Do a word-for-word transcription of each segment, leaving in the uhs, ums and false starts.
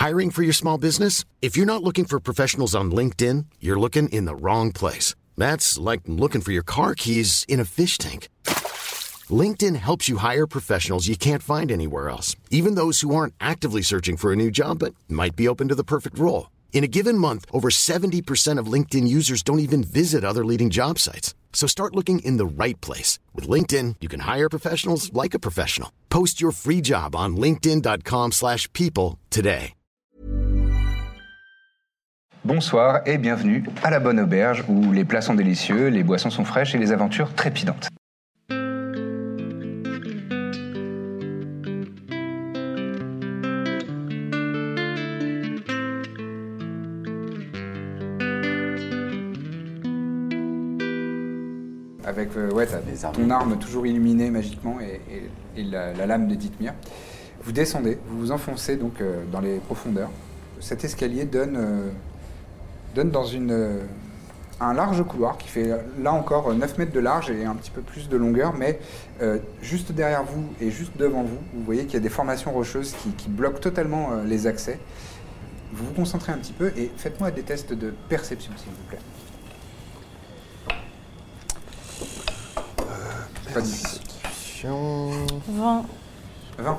Hiring for your small business? If you're not looking for professionals on LinkedIn, you're looking in the wrong place. That's like looking for your car keys in a fish tank. LinkedIn helps you hire professionals you can't find anywhere else, even those who aren't actively searching for a new job but might be open to the perfect role. In a given month, over seventy percent of LinkedIn users don't even visit other leading job sites. So start looking in the right place. With LinkedIn, you can hire professionals like a professional. Post your free job on linkedin.com slash people today. Bonsoir et bienvenue à la Bonne Auberge où les plats sont délicieux, les boissons sont fraîches et les aventures trépidantes. Avec euh, ouais, t'as ton arme toujours illuminée magiquement et, et, et la, la lame de Dithmir. Vous descendez, vous vous enfoncez donc euh, dans les profondeurs. Cet escalier donne, euh, donne dans une, euh, un large couloir qui fait là encore neuf mètres de large et un petit peu plus de longueur, mais euh, juste derrière vous et juste devant vous, vous voyez qu'il y a des formations rocheuses qui, qui bloquent totalement euh, les accès. Vous vous concentrez un petit peu et faites-moi des tests de perception s'il vous plaît. Pas difficile. vingt. vingt.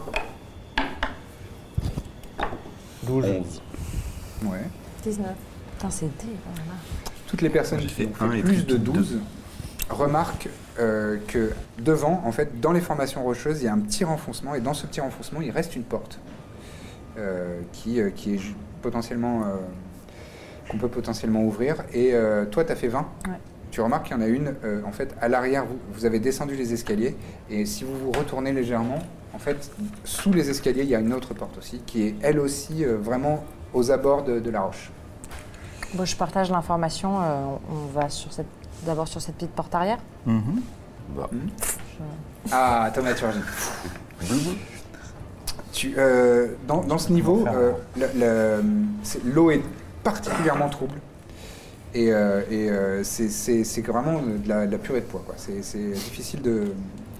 douze. onze. Ouais. dix-neuf. Putain, c'est dé, quand même. Toutes les personnes J'ai qui fait ont fait un et plus puis de deux. douze remarquent euh, que devant, en fait, dans les formations rocheuses, il y a un petit renfoncement et dans ce petit renfoncement, il reste une porte euh, qui, euh, qui est ju- potentiellement euh, qu'on peut potentiellement ouvrir. Et euh, toi, tu as fait vingt. Ouais. Tu remarques qu'il y en a une, euh, en fait, à l'arrière, vous, vous avez descendu les escaliers, et si vous vous retournez légèrement, en fait, sous les escaliers, il y a une autre porte aussi, qui est elle aussi euh, vraiment aux abords de, de la roche. Bon, je partage l'information. euh, on on va sur cette, d'abord sur cette petite porte arrière. Bah, Hmm. Ah, thaumaturgie. Tu, euh, dans, dans ce niveau, euh, le- le- c'est- l'eau est particulièrement trouble. Et, euh, et euh, c'est, c'est, c'est vraiment de la, de la purée de poids, quoi. C'est, c'est difficile de,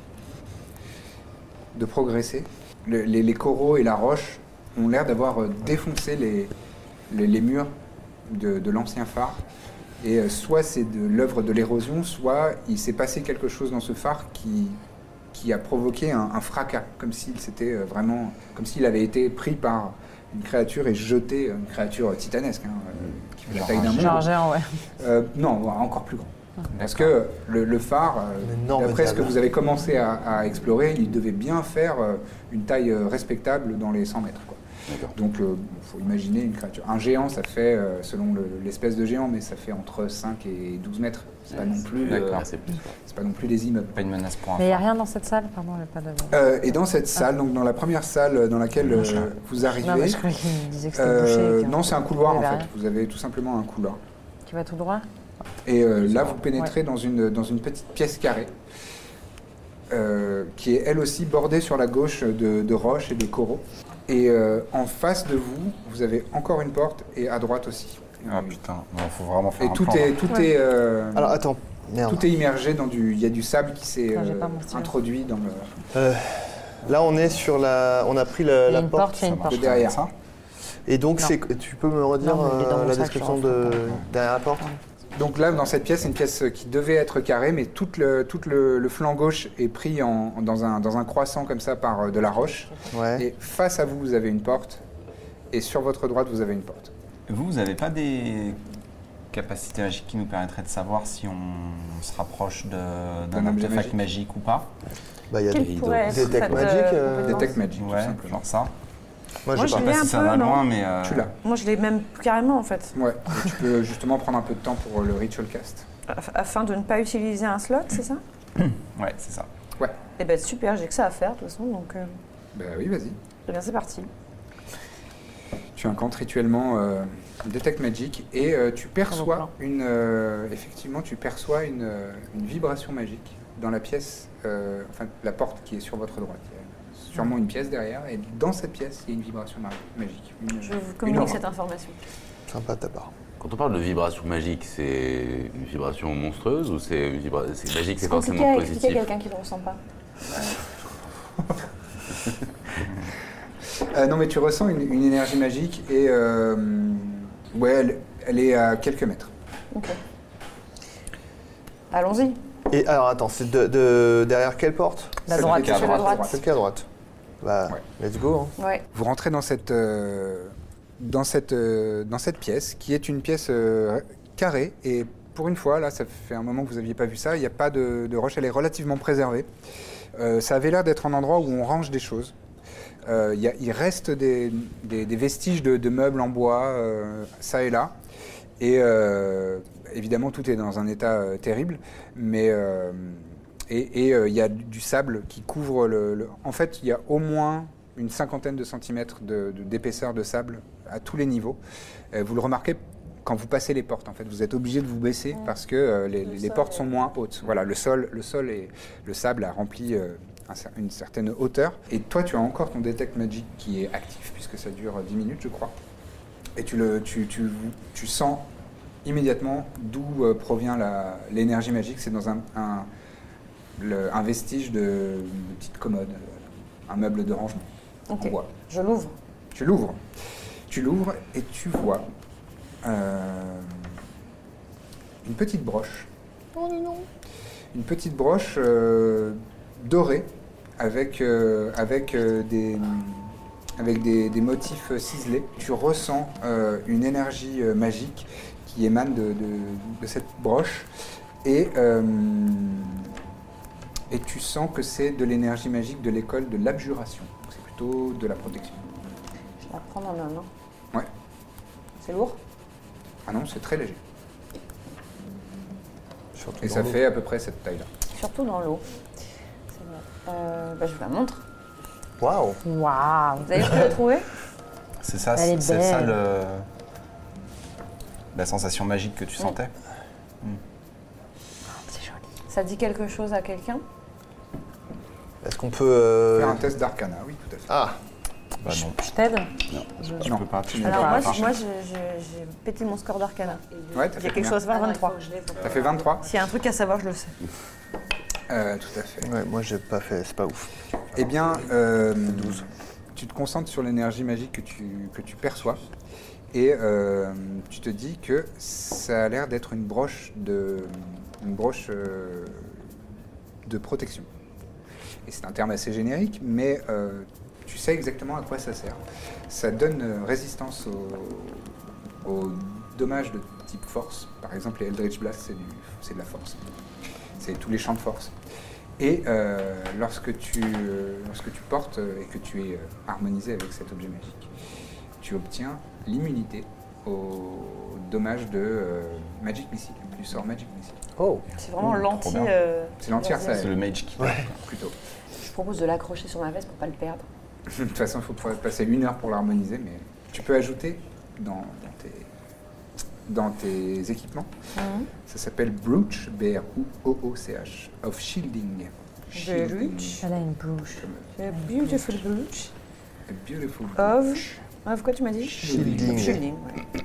de progresser. Le- les, les coraux et la roche ont l'air d'avoir euh, défoncé les, les, les murs de, de l'ancien phare. Et euh, soit c'est de l'œuvre de l'érosion, soit il s'est passé quelque chose dans ce phare qui, qui a provoqué un, un fracas, comme s'il s'était euh, vraiment, comme s'il avait été pris par une créature et jeté, une créature titanesque, hein, euh, qui fait la taille d'un monde. Genre géant, ouais. Euh, non, encore plus grand. Parce que le, le phare, euh, Un énorme d'après ce que diable. vous avez commencé à, à explorer, il devait bien faire euh, une taille euh, respectable dans les cent mètres, quoi. Donc, il faut imaginer une créature. Un géant, ça fait, euh, selon le- l'espèce de géant, mais ça fait entre cinq et douze mètres. C'est pas non plus, euh, D'accord, c'est plus. c'est pas non plus des immeubles. Pas une menace pour un Mais il n'y a phare. rien dans cette salle, pardon, il n'y a pas de. Euh, et dans cette salle, donc dans la première salle dans laquelle euh, vous arrivez, Non, mais je croyais qu'il me disait que c'était euh, bouché. et que- non, c'est un couloir il y en avait fait. rien. Vous avez tout simplement un couloir. Qui va tout droit. Et euh, là, vous pénétrez dans, une, dans une petite pièce carrée, euh, qui est elle aussi bordée sur la gauche de, de roches et de coraux. Et euh, en face de vous, vous avez encore une porte, et à droite aussi. Ah putain, il faut vraiment faire Et un tout plan, est, là. tout Ouais. est, euh, Alors attends, merde. tout est immergé dans du, il y a du sable qui s'est Putain, j'ai euh, pas mon stylo. introduit dans le, Euh, là, on est sur la. On a pris la, Il y a la une porte. porte, il y a une de porte. derrière. Ça Et donc, Non. c'est. Tu peux me redire Non, mais il est dans euh, mon la sac, description je de rentre. derrière la porte. Donc là, dans cette pièce, c'est une pièce qui devait être carrée, mais tout le, tout le, le flanc gauche est pris en, dans, un, dans un croissant comme ça par euh, de la roche. Ouais. Et face à vous, vous avez une porte, et sur votre droite, vous avez une porte. Vous, vous n'avez pas des capacités magiques qui nous permettraient de savoir si on se rapproche de- d'un D'un objet artefact magique ou pas? Bah, il y a Quel des pourrait être Detect cette, Magic. euh, euh, compétence Detect Magic, tout Ouais, simplement. genre ça. Moi, Moi, j'ai je pas. l'ai Je sais pas un si ça peu, va non loin, mais... euh, Tu l'as. Moi, je l'ai même carrément, en fait. Ouais, et tu peux justement prendre un peu de temps pour le ritual cast. Aff- Afin de ne pas utiliser un slot, c'est ça? Ouais, c'est ça. Eh ben super, j'ai que ça à faire, de toute façon, donc... Euh, Bah oui, vas-y. eh bien, c'est parti. Tu incantes rituellement euh, Detect Magic et euh, tu perçois plan. une, euh, effectivement, tu perçois une, euh, une vibration magique dans la pièce, euh, enfin la porte qui est sur votre droite. Il y a sûrement une pièce derrière et dans cette pièce, il y a une vibration ma- magique. Une, Je vous une communique aura. cette information. Sympa de ta part. Quand on parle de vibration magique, c'est une vibration monstrueuse ou c'est une vibration c'est magique, c'est C'est compliqué forcément à expliquer à positif? quelqu'un qui ne le ressent pas. Euh, non, mais tu ressens une, une énergie magique et euh, ouais, elle, elle est à quelques mètres. Ok. Allons-y. Et alors attends, c'est de, de- derrière quelle porte? La Celle droite. qui est à Sur la droite. Celle qui est à droite. Bah, Ouais. let's go. Hein. Ouais. Vous rentrez dans cette, euh, dans cette, euh, dans cette pièce, qui est une pièce euh, carrée. Et pour une fois, là, ça fait un moment que vous n'aviez pas vu ça, il n'y a pas de, de roche, elle est relativement préservée. Euh, ça avait l'air d'être un endroit où on range des choses. Euh, il y a- il reste des, des- des vestiges de, de meubles en bois, euh, ça et là. Et euh, évidemment, tout est dans un état euh, terrible. Mais... euh, Et et, euh, il y a du, du sable qui couvre le, le- En fait, il y a au moins une cinquantaine de centimètres de- de- d'épaisseur de, sable à tous les niveaux. Euh, vous le remarquez quand vous passez les portes. En fait, vous êtes obligé de vous baisser parce que euh, les, les portes sont moins hautes. Voilà, le sol, le sol et le sable a rempli euh, un cer- une certaine hauteur. Et toi, tu as encore ton Detect Magic qui est actif puisque ça dure dix minutes, je crois. Et tu, le, tu, tu, tu sens immédiatement d'où euh, provient la- l'énergie magique. C'est dans un, un le- un vestige de, de petite commode, euh, un meuble de rangement Ok. en bois. Je l'ouvre. Tu l'ouvres. Tu l'ouvres et tu vois euh, une petite broche. Une petite broche euh, dorée avec, euh, avec, euh, des, avec des, des motifs ciselés. Tu ressens euh, une énergie euh, magique qui émane de, de- de cette broche et, euh, et tu sens que c'est de l'énergie magique de l'école de l'abjuration. Donc c'est plutôt de la protection. Je vais la prendre en main, non? Ouais. C'est lourd? Ah non, c'est très léger. Surtout Et dans ça l'eau. fait à peu près cette taille-là. Surtout dans l'eau. C'est vrai. Euh, bah, je vous la montre. Waouh. Waouh. Vous avez pu la trouver? C'est ça, Elle est c'est ça belle. le... la sensation magique que tu sentais. C'est joli. Ça dit quelque chose à quelqu'un? Est-ce qu'on peut... euh, Faire un test d'arcana, oui, tout à fait. Ah, Bah non, Je t'aide? tu Non. peux pas. Tu Alors peux moi, pas. je- moi j'ai j'ai- j'ai pété mon score d'arcana. Ouais, t'as Il y fait a quelque combien chose vers vingt-trois. T'as fait vingt-trois. S'il y a un truc à savoir, je le sais. Euh, tout à fait. ouais, moi j'ai pas fait, c'est pas ouf. Eh bien, euh, tu te concentres sur l'énergie magique que tu, que tu perçois et euh, tu te dis que ça a l'air d'être une broche de, une broche euh, de protection. Et c'est un terme assez générique, mais euh, tu sais exactement à quoi ça sert. Ça donne euh, résistance aux, aux dommages de type force. Par exemple, les Eldritch Blast, c'est, du, c'est de la force. C'est tous les champs de force. Et euh, lorsque, tu, euh, lorsque tu portes euh, et que tu es euh, harmonisé avec cet objet magique, tu obtiens l'immunité aux dommages de euh, Magic Missile, du sort Magic Missile. Oh. C'est vraiment Ouh, l'anti... trop bien. euh, C'est l'entière, ça C'est le mage qui. plutôt. Je propose de l'accrocher sur ma veste pour pas le perdre. De toute façon, il faut pouvoir passer une heure pour l'harmoniser, mais tu peux ajouter dans, dans, tes, dans tes équipements. Ça s'appelle Brooch, B R O O C H, of Shielding. Shielding. Brooch. Elle a une bouche. Comme A beautiful brooch a beautiful of... brooch. Of quoi tu m'as dit? Shielding. Shielding, ouais.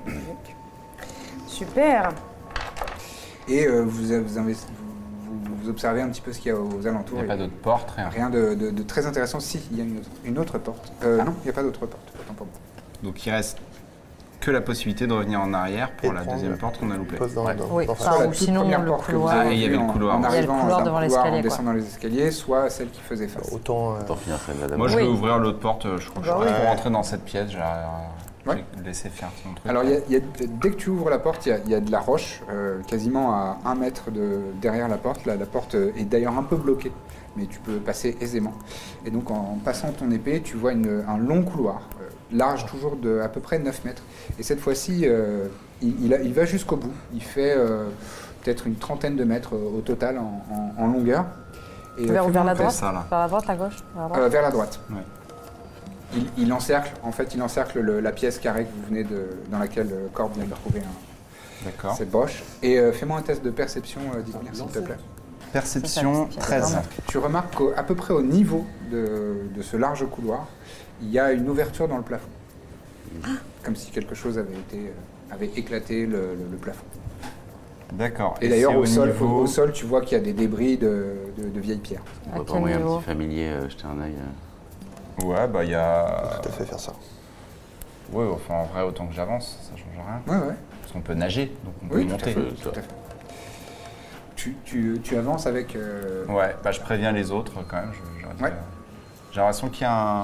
Super. Et euh, vous, avez- vous, investi- vous- vous observez un petit peu ce qu'il y a aux Il alentours. n'y a pas d'autre porte, rien. Rien de, de- de très intéressant. Si, il y a une autre, une autre porte. Euh, non, il n'y a pas d'autre porte. Autant pour moi. Donc il reste que la possibilité de revenir en arrière pour Et la prendre- deuxième porte qu'on a loupée. Pose dans, Ouais. dans- Oui, dans- enfin, Soit la ou toute sinon, première le porte que couloir. vous avez Ah, il y avait vue le en- couloir. En Il y a le arrivant couloir d'un devant couloir, l'escalier, en quoi. descendant les escaliers, soit celle qui faisait face. Autant... euh, T'en finir celle-là d'abord. Moi, je Oui. vais ouvrir l'autre porte. Je crois que je Bah vais oui. rentrer dans cette pièce. J'ai Ouais. j'ai laissé faire son truc. Alors, il y a- il y a- dès que tu ouvres la porte, il y a, il y a de la roche, euh, quasiment à un mètre de, derrière la porte. La, la porte est d'ailleurs un peu bloquée, mais tu peux passer aisément. Et donc, en passant ton épée, tu vois une- un long couloir, euh, large toujours de à peu près neuf mètres. Et cette fois-ci, euh, il, il a- il va jusqu'au bout. Il fait euh, peut-être une trentaine de mètres euh, au total en, en- en longueur. Et, euh, Vers, fais-moi vers la un droite test. ça, là. Vers la droite, la gauche vers la droite. Euh, vers la droite. Ouais. Il, il encercle, en fait, il encercle le- la pièce carrée que vous venez de, dans laquelle euh, Corbe vient de trouver un- D'accord. cette broche. Et euh, fais-moi un test de perception, euh, Dithmir, s'il te plaît. Perception C'est ça, treize. Tu remarques qu'à peu près au niveau de, de ce large couloir, il y a une ouverture dans le plafond. Comme si quelque chose avait, été, euh, avait éclaté le, le- le plafond. D'accord. Et, d'ailleurs, c'est au, sol, niveau- au sol, tu vois qu'il y a des débris de, de- de vieilles pierres. On À va quel pas envoyer un niveau petit familier euh, jeter un œil. euh. Ouais, bah il y a... On peut tout à fait faire ça. Ouais, enfin en vrai, autant que j'avance, ça change rien. Ouais, ouais. Parce qu'on peut nager, donc on Oui, peut tout à monter. fait. Tout à fait. Tu, tu, tu avances avec... euh, Ouais, bah je préviens les autres quand même. je- j'aurais dit, Ouais. euh, J'ai l'impression qu'il y a un...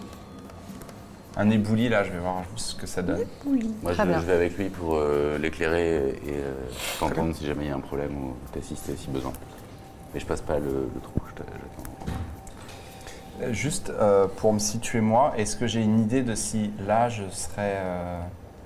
un ébouli là, je vais voir ce que ça donne. Moi, Très je, bien. je vais avec lui pour euh, l'éclairer et euh, bien. t'entendre si jamais il y a un problème ou t'assister si besoin. Mais je passe pas le, le trou, je t'a- j'attends. Euh, Juste euh, pour me situer moi, est-ce que j'ai une idée de si là je serais euh,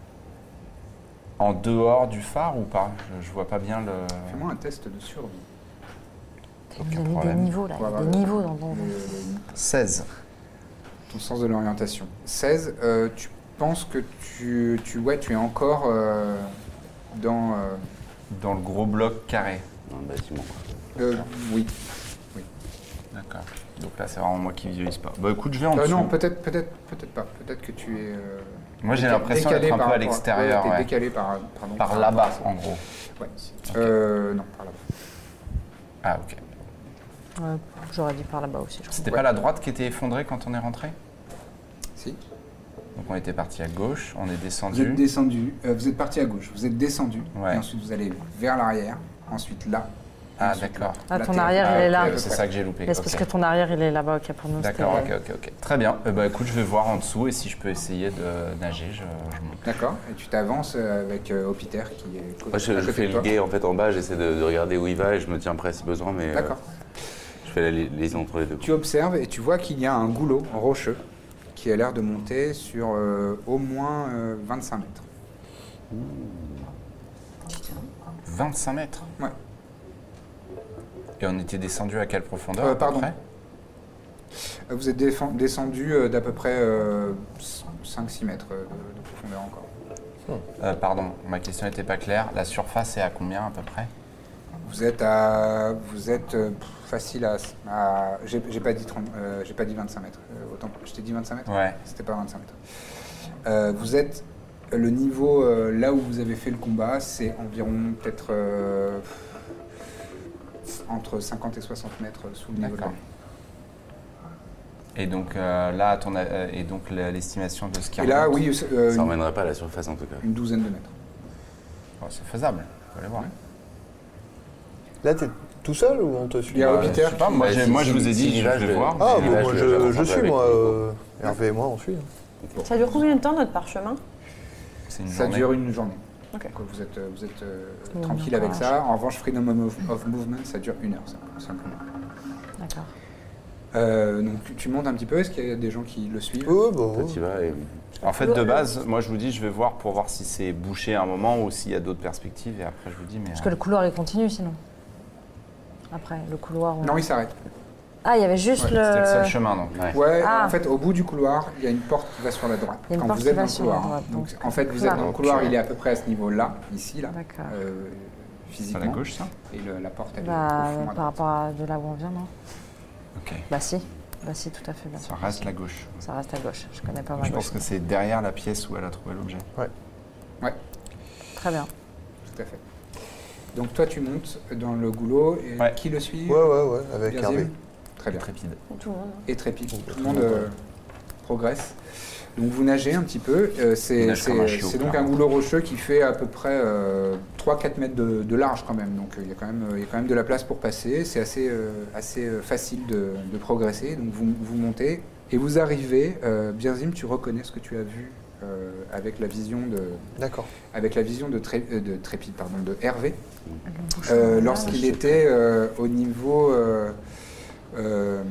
en dehors du phare ou pas? je, je vois pas bien le... Fais-moi un test de survie. Il y a des problème. niveaux là, il y a Voilà. des niveaux dans ton. Le- le- seize. ton sens de l'orientation. seize, euh, tu penses que tu, tu, ouais, tu es encore euh, dans... euh, Dans le gros bloc carré. Dans le bâtiment. euh, oui. D'accord. Donc là c'est vraiment moi qui visualise pas. Bah écoute, je vais en Euh, dessous. non, peut-être peut-être, peut-être pas. Peut-être que tu es... euh, Moi j'ai déca- l'impression décalé d'être un par peu à rapport l'extérieur. ouais, t'es ouais. décalé par... Pardon, Par par là-bas rapport à ça. en gros. Ouais. Ok. Euh, non, par là-bas. Ah ok. Ouais, j'aurais dit par là-bas aussi. Je crois. C'était Ouais. pas la droite qui était effondrée quand on est rentré? Si. Donc on était parti à gauche, on est Vous êtes descendu. descendu, euh, vous êtes parti à gauche, vous êtes descendu, Ouais. et ensuite vous allez vers l'arrière, ensuite là. et Ah ensuite d'accord. Ah, là. ton Là, t'es- arrière, Ah, il est ok, là. C'est ça que j'ai loupé. Mais c'est parce ok. que ton arrière, il est là-bas, ok, pour nous. D'accord, c'était- ok, ok, ok. Très bien. Euh, bah écoute, je vais voir en dessous et si je peux essayer de nager, je, je monte. D'accord, et tu t'avances euh, avec euh, Hopiter qui est co- Moi, je, à je côté fais de le toi. guet en fait en bas, j'essaie de, de regarder où il va et je me tiens prêt si besoin, mais euh, D'accord. je fais la li- liaison entre les deux. Tu observes et tu vois qu'il y a un goulot rocheux qui a l'air de monter sur euh, au moins euh, vingt-cinq mètres. vingt-cinq mètres. Ouais. Et on était descendu à quelle profondeur Euh, à peu pardon. près Euh, Vous êtes défen- descendu euh, d'à peu près euh, cinq six mètres euh, de, de profondeur encore. Euh, Pardon, ma question n'était pas claire. La surface est à combien à peu près? Vous êtes à, vous êtes euh, pff, facile à, à- j'ai j'ai pas dit trente, euh, j'ai pas dit vingt-cinq mètres. Euh, autant, je t'ai dit vingt-cinq mètres. Ouais. C'était pas vingt-cinq mètres. Euh, vous êtes le niveau euh, là où vous avez fait le combat, c'est environ peut-être euh, entre cinquante et soixante mètres sous le niveau de D'accord. l'eau. Et donc euh, là, ton, euh, et donc la- l'estimation de ce qui Et là, remonte, oui, c'est, euh, Ça une, n'emmènerait pas à la surface en tout cas. une douzaine de mètres. oh, c'est faisable. On va aller voir. Là, t'es tout seul ou on te suit? Il y a Bah, Hopiter je sais pas, qui- moi, Bah, j'ai- si- moi, je si- vous ai si dit, il y je va, vais je- voir. Ah, Il bon, va, moi je- je, j'avance je un peu suis, avec moi. lui. euh, Hervé et moi, on suit. Ça dure combien de temps notre parchemin? C'est une Ça journée. dure une journée. Ok. Donc vous êtes, euh, vous êtes euh, Mmh, tranquille avec d'accord. ça. En revanche, Freedom of, of Movement, ça dure une heure, ça, simplement. D'accord. Euh, donc tu- tu montes un petit peu. Est-ce qu'il y a des gens qui le suivent? Oui, bah, Toi, oui. tu vas et En fait, de base, moi, je vous dis, je vais voir pour voir si c'est bouché à un moment ou s'il y a d'autres perspectives. Et après, je vous dis, mais... Parce euh, que le couloir, il continue sinon. Après, le couloir. on- Non, il s'arrête. Ah, il y avait juste Ouais, le. C'était le seul chemin, donc. ouais. Ouais, Ah. en fait, au bout du couloir, il y a une porte qui va sur la droite. Il y a une Quand porte vous qui êtes va dans le sur la couloir, droite, donc, donc en fait, vous là. êtes dans le couloir, il est à peu près à ce niveau-là, ici, là, D'accord. euh, C'est à physiquement. la gauche, ça? Et le- la porte, elle est Bah, au fond à par droite. rapport à de là où on vient, non? Ok. Bah si. Bah si, tout à fait. bien Ça sûr. reste la gauche. Ça reste à gauche. Je connais pas ma Je gauche. pense que c'est derrière la pièce où elle a trouvé l'objet. Ouais, Très bien. tout à fait. Donc toi, tu montes dans le goulot, et Ouais. qui le suit? Ouais, ouais, ouais, avec Birzim Hervé. Très bien. Trépide. Tout le monde. Et Trépide. Tout Tout le monde euh, progresse. Donc vous nagez un petit peu. Euh, On c'est nage comme un c'est- chiot, c'est donc un clairement. goulot rocheux qui fait à peu près euh, trois à quatre mètres de, de large quand même. Donc euh, il y a quand même, euh, il y a quand même de la place pour passer. C'est assez, euh, assez euh, facile de, de progresser. Donc vous, vous montez et vous arrivez. Euh, Birzim, tu reconnais ce que tu as vu euh, avec la vision de, D'accord. avec la vision de, Tré- euh, de Trépide, pardon, de Hervé. Le bouchon, Euh, là, lorsqu'il je- était euh, au niveau euh, euh,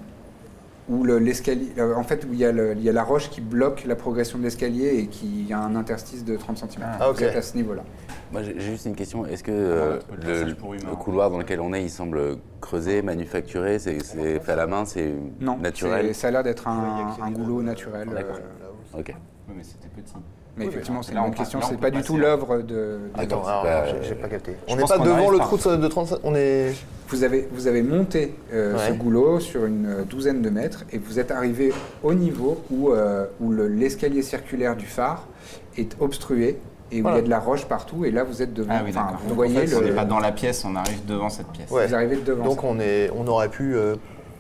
où le- l'escalier, euh, en fait, où il y, a le- il y a la roche qui bloque la progression de l'escalier et qui y a un interstice de trente centimètres. Ah, ok. Vous êtes à ce niveau-là. Moi, j'ai j'ai juste une question. Est-ce que euh, le le, passage pour humain, le couloir dans lequel on est, il semble creusé, manufacturé, c'est c'est fait à la main, c'est Non, naturel? c'est- ça a l'air d'être Il y a un, que un c'est- goulot naturel. D'accord. euh, Ok. Oui, mais c'était petit. mais Oui, effectivement, mais c'est là, une on bonne peut- question. là, on C'est peut pas du passer, tout hein. l'œuvre de. de Attends, Birzim. alors, Bah, j'ai- j'ai pas capté. je On n'est pense pas qu'on devant arrive le par- trou de, de trente. On est. Vous avez, vous avez monté euh, Ouais. ce goulot sur une douzaine de mètres et vous êtes arrivé au niveau où, euh, où le- l'escalier circulaire du phare est obstrué et où Voilà. il y a de la roche partout. Et là, vous êtes devant. Ah oui, enfin, d'accord. vous Donc, voyez en fait, on le. n'est pas dans la pièce, on arrive devant cette pièce. Ouais. Vous arrivez devant. Donc ça. on, est, on aurait pu euh,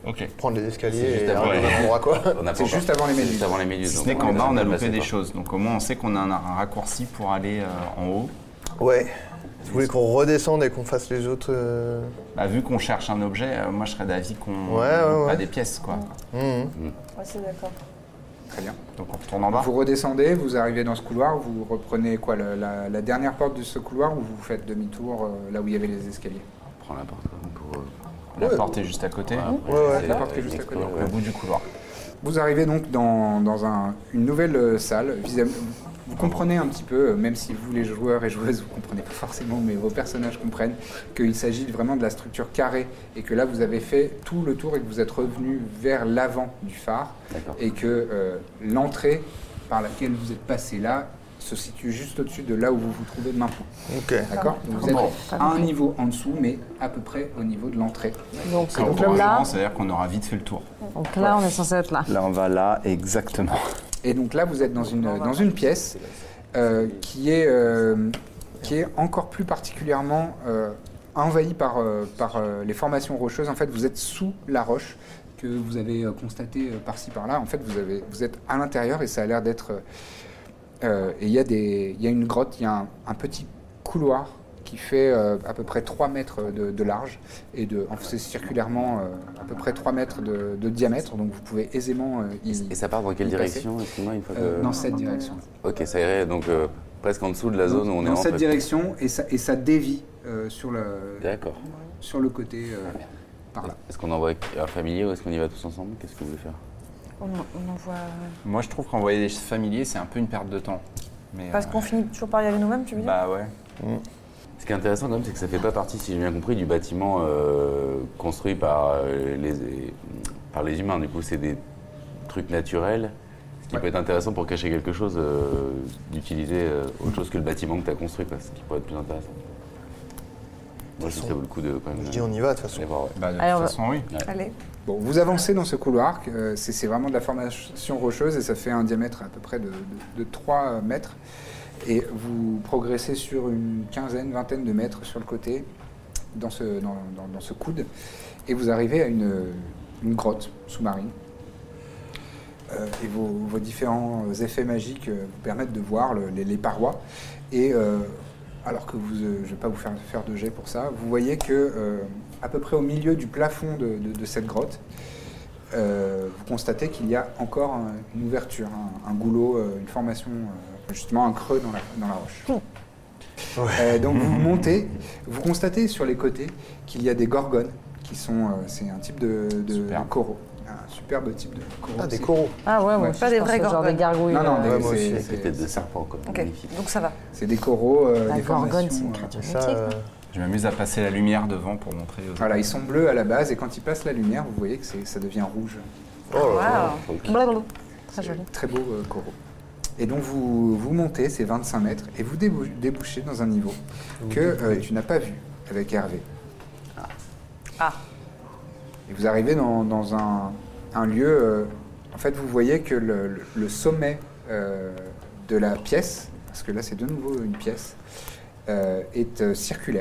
Ok. prendre les C'est escaliers juste et avant arriver les- au même endroit, quoi. On n'a pas C'est encore- juste avant les c'est méduses. Juste avant les méduses. Si ce donc n'est qu'en on bas, on a est loupé passé des par- choses. Donc au moins, on sait qu'on a un, un raccourci pour aller euh, en haut. Ouais. Vous voulez qu'on redescende et qu'on fasse les autres euh, Bah, vu qu'on cherche un objet, euh, moi je serais d'avis qu'on Ouais, ouais, pas ouais. des pièces quoi. mhm. Ouais, c'est d'accord. Très bien. Donc on retourne en bas. Vous redescendez, vous arrivez dans ce couloir, vous reprenez quoi, la, la- la dernière porte de ce couloir ou vous faites demi-tour euh, là où il y avait les escaliers? On prend la porte pour. euh, La Ouais. porte est juste à côté, voilà, pour Ouais, ouais. essayer La de- porte qui est juste à côté. d'explorer, au ouais. bout du couloir. Vous arrivez donc dans, dans un- une nouvelle euh, salle. Vis-à- Vous comprenez un petit peu, euh, même si vous les joueurs et joueuses, vous comprenez pas forcément, mais vos personnages comprennent qu'il s'agit vraiment de la structure carrée et que là vous avez fait tout le tour et que vous êtes revenu vers l'avant du phare D'accord. et que euh, l'entrée par laquelle vous êtes passé là se situe juste au-dessus de là où vous vous trouvez maintenant. Ok. D'accord? Donc vous êtes Bon. à un niveau en dessous, mais à peu près au niveau de l'entrée. Donc, Et donc donc là, c'est-à-dire qu'on aura vite fait le tour. donc là, on est censé être là. Là, on va là, exactement. Et donc là, vous êtes dans une, dans une pièce euh, qui, est, euh, qui est encore plus particulièrement euh, envahie par, euh, par euh, les formations rocheuses. En fait, vous êtes sous la roche que vous avez euh, constaté euh, par-ci par-là. En fait, vous, avez, vous êtes à l'intérieur et ça a l'air d'être... euh, euh, et il y, a des- il y a une grotte, il y a un, un petit couloir qui fait euh, à peu près trois mètres de, de large et de, enfin, c'est circulairement euh, à peu près trois mètres de, de diamètre. Donc vous pouvez aisément euh, y... Et ça part dans quelle y passer. direction, excuse-moi, une fois que... Euh, dans cette direction. Ok, ça irait donc euh, presque en dessous de la zone où on est dans cette rentré. direction et ça, et ça dévie euh, sur, le, D'accord. sur le côté euh, par là. Est-ce qu'on envoie un familier ou est-ce qu'on y va tous ensemble? Qu'est-ce que vous voulez faire? On, on envoie. Moi, je trouve qu'envoyer des familiers, c'est un peu une perte de temps. Mais, Parce euh, qu'on finit toujours par y aller nous-mêmes, tu veux dire? Bah ouais. Ce qui est intéressant quand même, c'est que ça fait pas partie, si j'ai bien compris, du bâtiment euh, construit par, euh, les, par les humains. Du coup, c'est des trucs naturels. Ce qui Ouais. peut être intéressant pour cacher quelque chose, euh, d'utiliser euh, autre chose que le bâtiment que tu as construit, quoi, ce qui pourrait être plus intéressant. Moi, je trouve que ça vaut le coup de quand même. Je dis on y va de toute façon. aller voir, ouais. Bah, de Allez, on toute va- façon, oui. Allez. Bon, vous avancez dans ce couloir, euh, c'est c'est vraiment de la formation rocheuse et ça fait un diamètre à peu près de, de, de trois mètres. Et vous progressez sur une quinzaine, vingtaine de mètres sur le côté, dans ce, dans, dans- dans ce coude, et vous arrivez à une, une grotte sous-marine. Euh, et vos, vos différents effets magiques euh, vous permettent de voir le- les, les parois. Et euh, alors que vous, euh, je ne vais pas vous faire faire de jet pour ça, vous voyez que euh, à peu près au milieu du plafond de, de- de cette grotte, euh, vous constatez qu'il y a encore un- une ouverture, un, un goulot, euh, une formation, euh, justement un creux dans la, dans la roche. Euh, donc vous montez, vous constatez sur les côtés qu'il y a des gorgones, qui sont, euh, c'est un type de, de, Superbe. de coraux, un superbe type de coraux. Ah, des C'est- coraux. Ah ouais, moi Ouais. aussi, Pas je des pense vrais que genre gorgones. des gargouilles. Non, non, euh, des- Ouais, moi c'est- aussi. Avec c'est- les têtes de serpent, quoi. Ok, Magnifique. donc ça va. c'est des coraux, euh, La des gorgone, formations, c'est une euh, créature Ça, mythique. euh, Je m'amuse à passer la lumière devant pour montrer aux Voilà, ils sont bleus à la base et quand ils passent la lumière, vous voyez que c'est- ça devient rouge. oh là là. Waouh. Ok. Blablabla. Très joli. Très beaux euh, coraux. Et donc vous, vous montez ces vingt-cinq mètres et vous débou- débouchez dans un niveau que euh, tu n'as pas vu avec Hervé. Ah. Et vous arrivez dans, dans un, un lieu, euh, en fait vous voyez que le, le- le sommet euh, de la pièce, parce que là c'est de nouveau une pièce, euh, est euh, circulaire.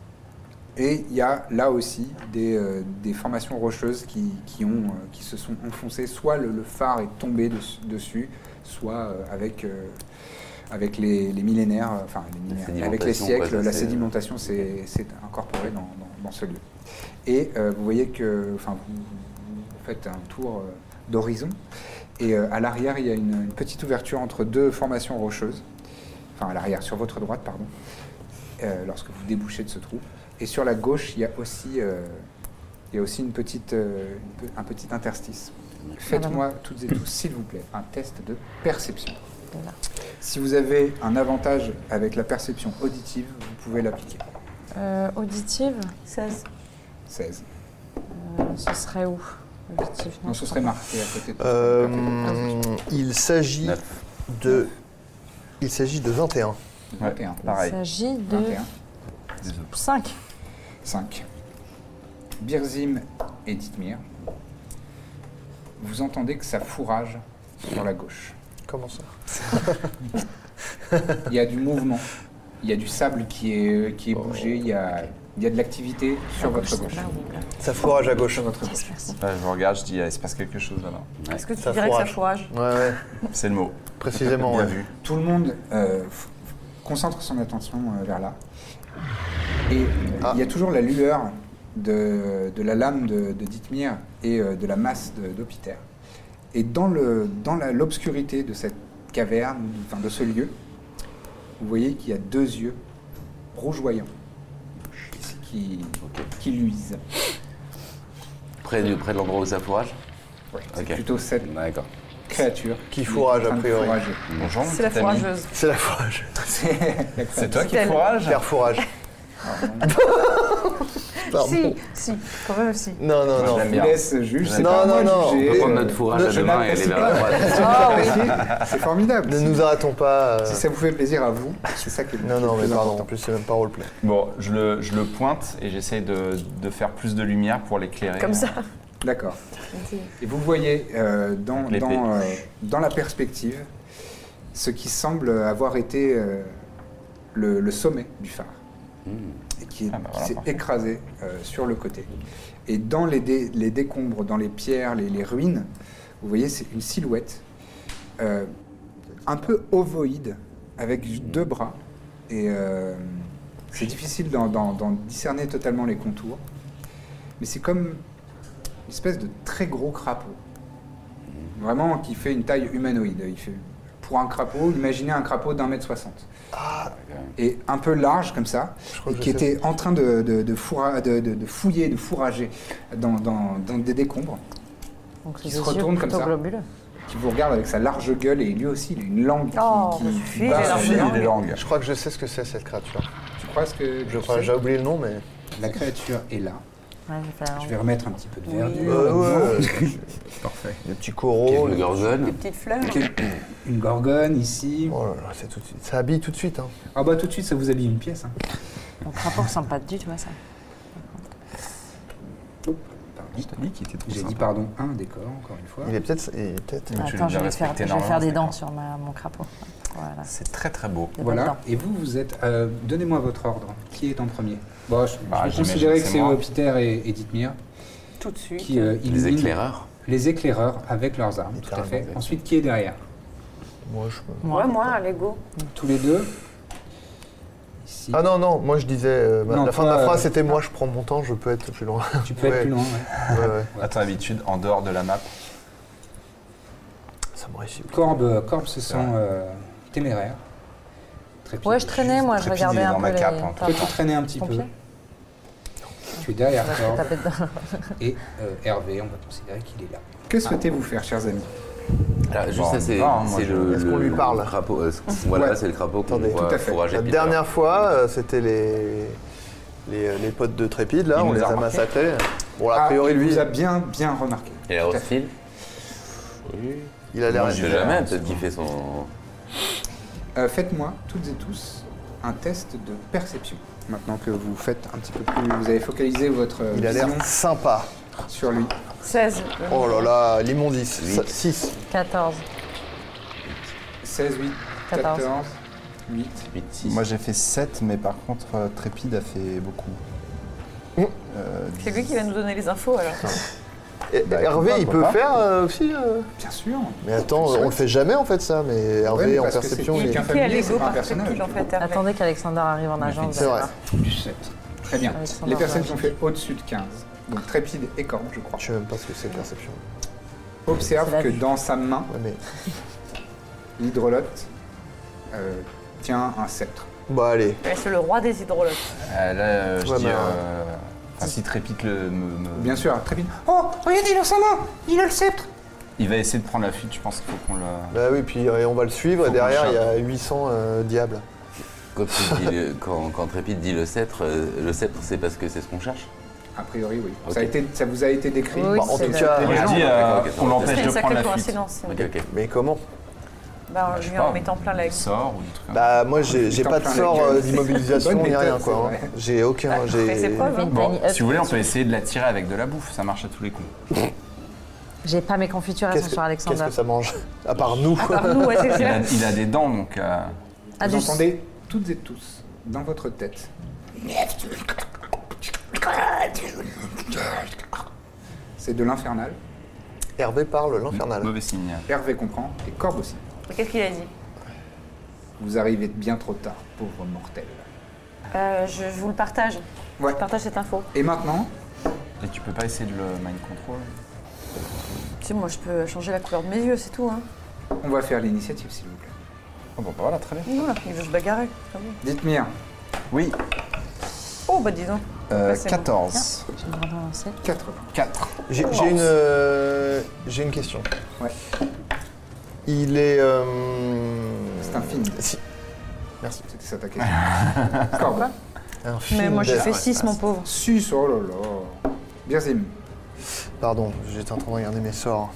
Et il y a là aussi des, euh, des formations rocheuses qui, qui, ont, euh, qui se sont enfoncées, soit le, le phare est tombé dessus, dessus, soit euh, avec, euh, avec les, les millénaires, euh, enfin les millénaires, avec les sédimentation, siècles, quoi, ça, la c'est- sédimentation s'est s'est incorporée dans, dans- dans ce lieu. Et euh, vous voyez que, enfin, vous, vous faites un tour euh, d'horizon, et euh, à l'arrière il y a une, une petite ouverture entre deux formations rocheuses, enfin à l'arrière, sur votre droite, pardon, euh, lorsque vous débouchez de ce trou. Et sur la gauche, il y a aussi, euh, il y a aussi une petite, euh, une pe- un petit interstice. Faites-moi toutes et tous, s'il vous plaît, un test de perception. Voilà. Si vous avez un avantage avec la perception auditive, vous pouvez l'appliquer. Euh, auditive, seize. seize. euh, ce serait où? Auditive, Non, ce serait marqué à côté de Euh, il s'agit Neuf. de. Il s'agit de vingt et un. vingt et un. Il Pareil. s'agit de vingt et un. cinq. cinq. Birzim et Dithmir, vous entendez que ça fourrage sur la gauche. Comment ça? Il y a du mouvement, il y a du sable qui est, qui est bougé, il y a, Il y a de l'activité sur votre gauche. Ça fourrage à gauche. Sur votre gauche. Bah, je regarde, je dis, ah, il se passe quelque chose là. Est-ce que tu Ça dirais fourrage. que ça fourrage? Ouais, ouais, C'est le mot. précisément. Bien ouais. vu. Tout le monde euh, f- concentre son attention euh, vers là. Et Ah. il y a toujours la lueur de, de la lame de, de Dithmir et euh, de la masse de- d'Opiter. Et dans le dans la- l'obscurité de cette caverne, enfin de ce lieu, vous voyez qu'il y a deux yeux rougeoyants qui, qui luisent. Près, du, près de l'endroit où ça fourrage. Ouais, c'est Ok. plutôt cette D'accord. créature Qui fourrage, est en train a de priori. fourrager. Bonjour, mon C'est la petit ami. fourrageuse. C'est la fourrage. C'est C'est toi qui Elle. fourrage? Faire fourrage. Pardon. Si, si, quand même si. Non, non, Moi, non. je l'aime Je bien. vous laisse juger. C'est Non, pas à moi non, de non. juger. On peut prendre Euh, notre fourrage ne- à je deux mains et aller n'apprécie vers la pas. droite. Je Ah oui. l'apprécie. C'est formidable. Ne nous arrêtons pas. euh, Si ça vous fait plaisir à vous, c'est ça qui est le Non, non, plus mais pardon, important. en plus, c'est même pas roleplay. Bon, je le, je le pointe et j'essaye de, de faire plus de lumière pour l'éclairer. Comme ça. D'accord. Et vous voyez euh, dans, L'épée. dans, euh, dans la perspective ce qui semble avoir été euh, le, le sommet du phare et qui, est- Ah bah qui voilà, s'est parfait. écrasé euh, sur le côté. Et dans les, dé- les décombres, dans les pierres, les, les ruines, vous voyez c'est une silhouette euh, un peu ovoïde avec deux bras et euh, c'est difficile d'en, d'en- d'en discerner totalement les contours, mais c'est comme une espèce de très gros crapaud, vraiment qui fait une taille humanoïde. Il fait, pour un crapaud, imaginez un crapaud d'un mètre soixante. Et un peu large comme ça, crois et que qui je sais. était en train de, de, de, fourra- de, de- de fouiller, de fourrager dans, dans, dans des décombres, Donc Qui c'est se des yeux retourne comme plutôt ça. globuleux. qui vous regarde avec sa large gueule, et lui aussi, il a une langue qui, Oh, qui, me qui suffit, bat j'ai sur large les langue. des langues. Je crois que je sais ce que c'est cette créature. Tu crois ce que Je tu crois, sais j'ai oublié le nom, mais. La créature est là. Ouais, j'ai fait un- Je vais remettre un petit peu de Oui. verdure. Euh, ouais, Parfait. les petits coraux. Quelques les- gorgones. Des petites fleurs. Ok. Une gorgone ici. Oh là là, c'est tout de suite. Ça habille tout de suite. Hein. Ah bah tout de suite, ça vous habille une pièce. Hein. Mon crapaud ressemble pas du tout à ça. Pardon. Je t'ai dit qu'il était trop J'ai sympa. dit pardon, un décor, encore une fois. Il est peut-être. il est peut-être- Mais tu Attends, l'as je vais, respecté faire, je vais énormément, faire des ce dents décor. sur ma, mon crapaud. Voilà. C'est très très beau. Des Voilà. bonnes dents. Et vous, vous êtes. euh, Donnez-moi votre ordre. Qui est en premier? Bon, je, Bah, je vais j'imagine considérer que que c'est c'est moi. Peter et, et Dithmir Tout de suite. qui euh, Les illuminent éclaireurs. les éclaireurs avec leurs armes. Tout à Littéralement. fait. Ensuite, qui est derrière? Moi, je. Ouais, moi, allez, go. Tous les deux. Ici. Ah non, non, moi je disais. euh, ma- Non, la fin de toi, ma phrase euh, c'était moi je prends mon temps, je peux être plus loin. Tu peux Ouais. être plus loin. Ouais. Ouais, ouais. À ton habitude, en dehors de la map, Ça me réussit. Corbe, Corbe se sent euh, téméraire. Trépide. Ouais, je traînais, moi, je Trépide, regardais il est un dans peu ma les... cape, hein, tout Peux-tu traîner un petit peu? Pompier. Tu es derrière Je vais Corbe. taper dedans. Et euh, Hervé, on va considérer qu'il est là. Que souhaitez-vous faire, chers amis? Alors, juste Bon, ça, c'est on va, hein, moi, c'est je- le, Est-ce qu'on le- lui parle le crapaud. euh, voilà, Ouais. c'est le crapaud qu'on Attendez. voit Tout à fait. fourrager La Peter. dernière fois, euh, c'était les... les les potes de Trépide là, Il on nous les a a remarqué. massacrés. Bon, a Ah, priori il lui, vous a bien, bien remarqué. Et la Tout à rose fait. file. Oui. il a l'air. Moi, Je j'y sais vais, jamais, hein, peut-être c'est qu'il bon. fait son. Euh, Faites-moi, toutes et tous, un test de perception. Maintenant que vous faites un petit peu plus... Vous avez focalisé votre Il a l'air vision sympa. sur lui. seize. Oh là là, l'immondice. Huit. six. quatorze. seize, huit, quatorze. quatorze, huit. huit, six. moi j'ai fait sept, mais par contre, euh, Trépide a fait beaucoup. Mmh. Euh, C'est lui qui va nous donner les infos alors. Et- Bah, Hervé, écoute, il pourquoi peut pas. faire euh, aussi. euh Bien sûr. Mais attends, C'est on vrai. le fait jamais en fait ça, mais Hervé mais en parce que perception, c'est- il Il est. qu'un est piqué à familier, c'est l'ego pas un par personnage. Trépide en fait. Hervé. Attendez qu'Alexander arrive en agent. vous C'est allez vrai. voir. Plus sept. Très bien. Alexandre Les personnes qui Blanche. ont fait au-dessus de quinze, donc Trépide et Corbe, je crois, Je sais même pas ce que c'est perception. observent C'est la que vue. dans sa main, Ouais, mais... l'hydrolote euh, tient un sceptre. Bah allez. Ouais, c'est le roi des hydrolotes. euh, là, euh, je Ouais, dis. mais, euh, enfin, si Trépide le, me, me- Bien sûr, Trépide. Oh, regardez, il a sa main, il a le sceptre. Il va essayer de prendre la fuite, je pense qu'il faut qu'on le. Bah oui, puis euh, on va le suivre Faut et derrière qu'on il y a huit cents euh, diables. Quand, tu dis le- quand, quand Trépide dit le sceptre, euh, le sceptre, c'est parce que c'est ce qu'on cherche. A priori, oui. Ok. Ça, a été, ça vous a été décrit. Oui, Bah, en c'est tout le- cas, les Moi, je gens, dis, euh, d'accord, ok, on ok. l'empêche C'est de une prendre sacrée la fuite. coïncidence. Ok, ok. Mais comment? Bah, en Bah, je sais lui pas. en mettant plein la Des sorts ou des trucs comme ça. Bah moi j'ai j'ai Putain, pas de plein sort la gueule. euh, d'immobilisation Bonne ni méthode, rien c'est quoi. hein. vrai. J'ai aucun. Bah, j'ai- fais ses preuves, hein. Bon, Tiny Hut. si vous voulez, on peut essayer de l'attirer avec de la bouffe, ça marche à tous les coups. J'ai pas mes confitures, elles Qu'est-ce sont que, sur Alexander. qu'est-ce que ça mange? À part nous. Par nous, ouais, c'est Il a, clair. il a des dents, donc. euh, Ah, Vous du- entendez toutes et tous dans votre tête C'est de l'infernal. Hervé parle l'infernal. Mauvais signe. Hervé comprend et Corbe aussi. Qu'est-ce qu'il a dit? Vous arrivez bien trop tard, pauvre mortel. euh, je, je vous le partage. Ouais. Je partage cette info. Et maintenant, Et tu peux pas essayer de le mind control? Tu sais, moi, je peux changer la couleur de mes yeux, c'est tout. Hein. on va faire l'initiative, s'il vous plaît. Oh bon, bah voilà, très bien. Voilà, il veut se bagarrer. Très bien. Dites-moi, Oui, Oh, bah dis donc. euh, Ouais, c'est quatorze. J'ai le droit d'avancer. quatre-vingts. quatre. J'ai j'ai une, euh, j'ai une question. Ouais. Il est... euh, C'est un film. Si. Merci. C'était ça ta question. Corbe. Un film Mais moi, j'ai d'air. fait six, mon pauvre. Sus, oh là là. Birzim. Pardon, j'étais en train de regarder mes sorts.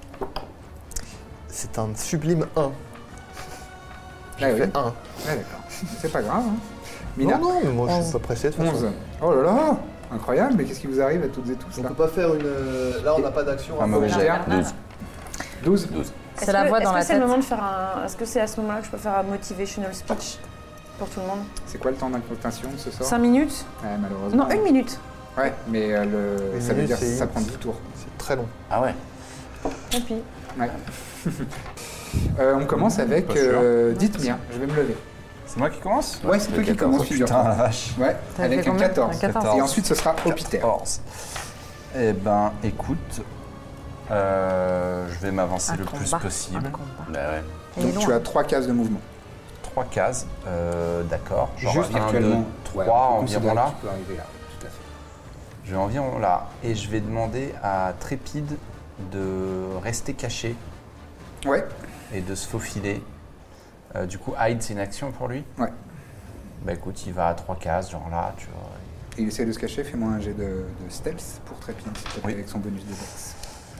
C'est un sublime un. J'ai Ah oui. fait un. Ouais, d'accord. C'est pas grave. Hein. Mina. Non, non, mais moi je onze. suis pas pressé de toute façon. onze. Oh là là. Incroyable, mais qu'est-ce qui vous arrive à toutes et tous On là peut pas faire une... euh, Là, on n'a pas d'action. Un à mauvais faire. jet. Gère. douze. douze. douze. C'est la voix dans la Est-ce que c'est le tête. moment de faire un... Est-ce que c'est à ce moment-là que je peux faire un motivational speech pour tout le monde? C'est quoi le temps d'incantation de ce sort? cinq minutes? Ouais, malheureusement. Non, une minute. Ouais, mais euh, le... Une ça veut minute, dire que c'est ça une- prend dix tours. C'est très long. Ah ouais. Tant pis. Ouais. Euh, on commence avec Pas sûr. euh, Dites-moi, je vais me lever. C'est moi qui commence? Ouais, c'est le toi qui quatorze. commence, Oh putain, figure-toi. la vache. Ouais, T'as avec fait un combien? quatorze. Un quatorze. Et ensuite, ce sera Hopiter. quatorze. Eh ben, écoute, euh, je vais m'avancer Un le plus combat. possible. Un combat. Bah ouais. Et il est Donc tu loin. as trois cases de mouvement. Trois cases, euh, d'accord. Genre Juste un, virtuellement. deux, Ouais, trois on peut considérer environ là. que tu peux arriver là, tout à fait. Je vais environ là. Et je vais demander à Trépide de rester caché Ouais, et de se faufiler. Euh, du coup, hide, c'est une action pour lui? ouais. Bah écoute, il va à trois cases, genre là, tu vois. Et il essaie de se cacher, fais-moi un jet de, de stealth pour Trépide, s'il te plaît, Oui. avec son bonus de dex.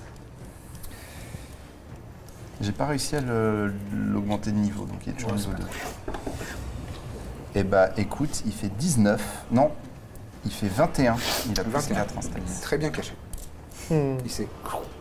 J'ai pas réussi à le- l'augmenter de niveau, donc il est toujours Ouais, niveau c'est deux. Et bah écoute, il fait dix-neuf. Non, il fait vingt et un. Il a plus vingt et un. quatre en stealth. Très bien caché. Hmm. Il s'est...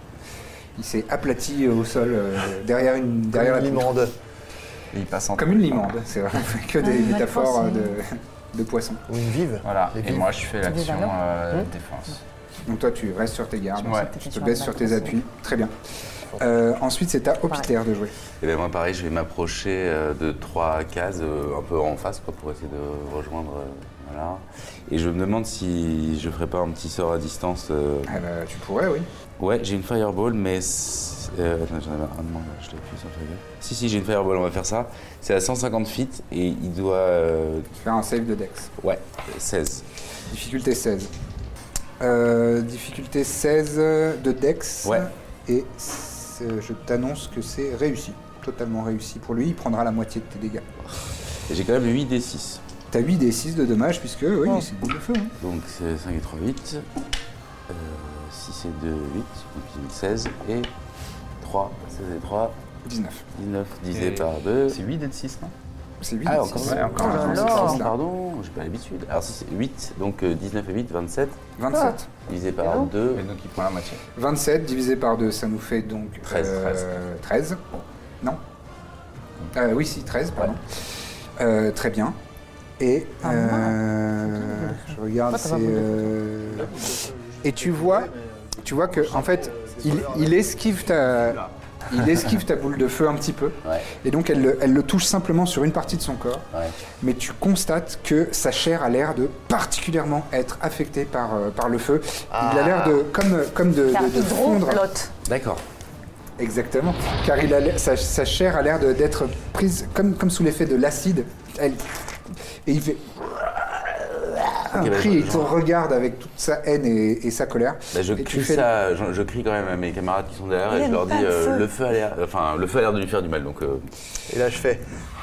Il s'est aplati au sol euh, derrière une derrière Comme la une poutre. limande. Et il passe en Comme une limande, c'est vrai. On fait que des Ah, métaphores d'accord, euh, de, de poissons. Ou une vive. Voilà, Les et vives. moi je fais l'action valeurs. euh, Mmh. défense. Donc toi, tu restes sur tes gardes, Ouais. tu te baisses sur tes appuis. Très bien. Euh, ensuite, c'est à Hopiter de jouer. Et bien moi pareil, je vais m'approcher euh, de trois cases euh, un peu en face quoi, pour essayer de rejoindre. euh, voilà. Et je me demande si je ferais pas un petit sort à distance. euh, Ah bah, tu pourrais, oui. Ouais, j'ai une fireball, mais. c'est- Euh, attends, j'en avais un de moins, je l'ai appuyé sur le fireball. Si, si, j'ai une fireball, on va faire ça. C'est à cent cinquante feet et il doit. euh, Faire un save de dex. Ouais, seize. Difficulté seize. Euh, difficulté seize de dex. Ouais. Et c'est- je t'annonce que c'est réussi. Totalement réussi pour lui. Il prendra la moitié de tes dégâts. Et j'ai quand même huit d six. T'as huit d six de dommages, puisque oui, Oh. c'est une boule de feu. Hein. Donc c'est cinq et trois, huit. Euh, six et deux, huit. Donc j'ai mis seize. Et trois, seize et trois, dix-neuf. dix-neuf divisé Et par deux. C'est huit et six, non? C'est huit Ah, d encore six. ouais, encore Ah, un. dans ce Oh là là. sens-là. Pardon, j'ai pas l'habitude. Alors si c'est huit, donc euh, dix-neuf et huit, vingt-sept. vingt-sept. Divisé par deux. Et donc il prend la moitié. vingt-sept divisé par deux, ça nous fait donc treize, euh, treize. Non. Euh, oui, si, treize, pardon. Euh, très bien. Et Ah, euh, je regarde, Pourquoi c'est. t'as pas voulu euh, Et tu vois, tu vois que en fait, il, il esquive ta, il esquive ta boule de feu un petit peu, Ouais, et donc elle, le- elle le touche simplement sur une partie de son corps. ouais. Mais tu constates que sa chair a l'air de particulièrement être affectée par, euh, par le feu. Il a l'air de comme comme de, Car de- de fondre. hydroflotte. D'accord. Exactement, car il a l'air- sa, sa chair a l'air de- d'être prise comme, comme sous l'effet de l'acide. Elle- Et il fait un Ok, bah, cri, je- il te regarde avec toute sa haine et, et sa colère. Bah, je Et tu crie fais- ça, je, je crie quand même à mes camarades qui sont derrière Il et je aime leur dis pas le euh, feu. le feu a l'air, enfin le feu a l'air de lui faire du mal donc. euh, Et là, je fais.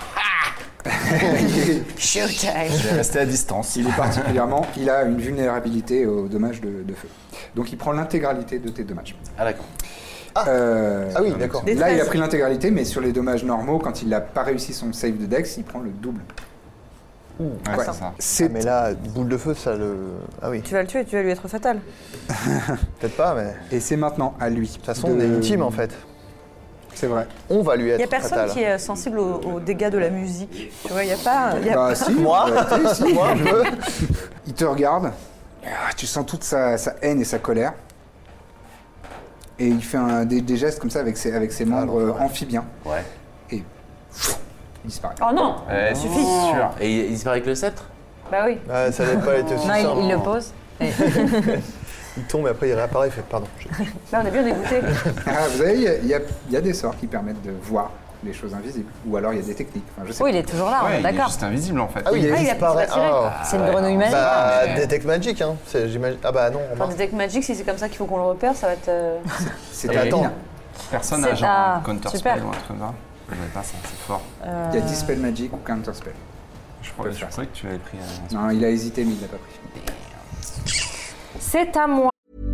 Je vais rester à distance. Il est particulièrement, il a une vulnérabilité aux dommages de, de feu. Donc il prend l'intégralité de tes dommages. Ah d'accord. Euh, Ah oui, d'accord. Des Là, il a treize. pris l'intégralité, mais sur les dommages normaux, quand il n'a pas réussi son save de Dex, il prend le double. Ouais, Ouais. c'est ça. C'est Ah, mais là, boule de feu, ça le. Ah oui. Tu vas le tuer, tu vas lui être fatal. Peut-être pas, mais. De Et c'est maintenant à lui. De toute façon, on est intime en fait. C'est vrai. On va lui Il être n'y a personne fatal. qui est sensible aux, aux dégâts de la musique. Tu vois, il n'y a pas. y a Bah pas- si, Moi en vérité, si. Moi, un peu. Il te regarde, Ah, tu sens toute sa, sa haine et sa colère. Et il fait un, des, des gestes comme ça avec ses, avec ses membres euh, amphibiens. Ouais. Et pff, il disparaît. Oh non, Ouais, ça suffit. sûr. Et il, il disparaît avec le sceptre? Bah oui. Ah, ça n'avait pas été aussi Non, simple. il, il le pose. Et- Il tombe et après il réapparaît, il fait pardon. j'ai- Là, on est bien dégoûté. Ah, vous savez, il y a- il y, a- il y a des sorts qui permettent de voir les choses invisibles. Ou alors il y a des techniques. Enfin, je sais Oui, il est toujours là, on Ouais, est il est d'accord. juste invisible en fait. Ah oui, il Ah, il a disparaît. pas tiré. Ah, C'est une grenouille magique. bah, mais- Detect Magic, hein. C'est- j'imagine- Ah bah non, Enfin, remarque. Detect Magic, si c'est comme ça qu'il faut qu'on le repère, ça va être. euh, C'était Attends. Alina. Personne C'est- n'a genre ah, un counter super. spell ou un truc comme ça. Je savais pas ça, c'est fort. Euh, Il y a Dispel Magic ou Counter Spell. Je croyais, peux je faire croyais que tu avais pris un. Non, il a hésité, mais il l'a pas pris. C'est à moi.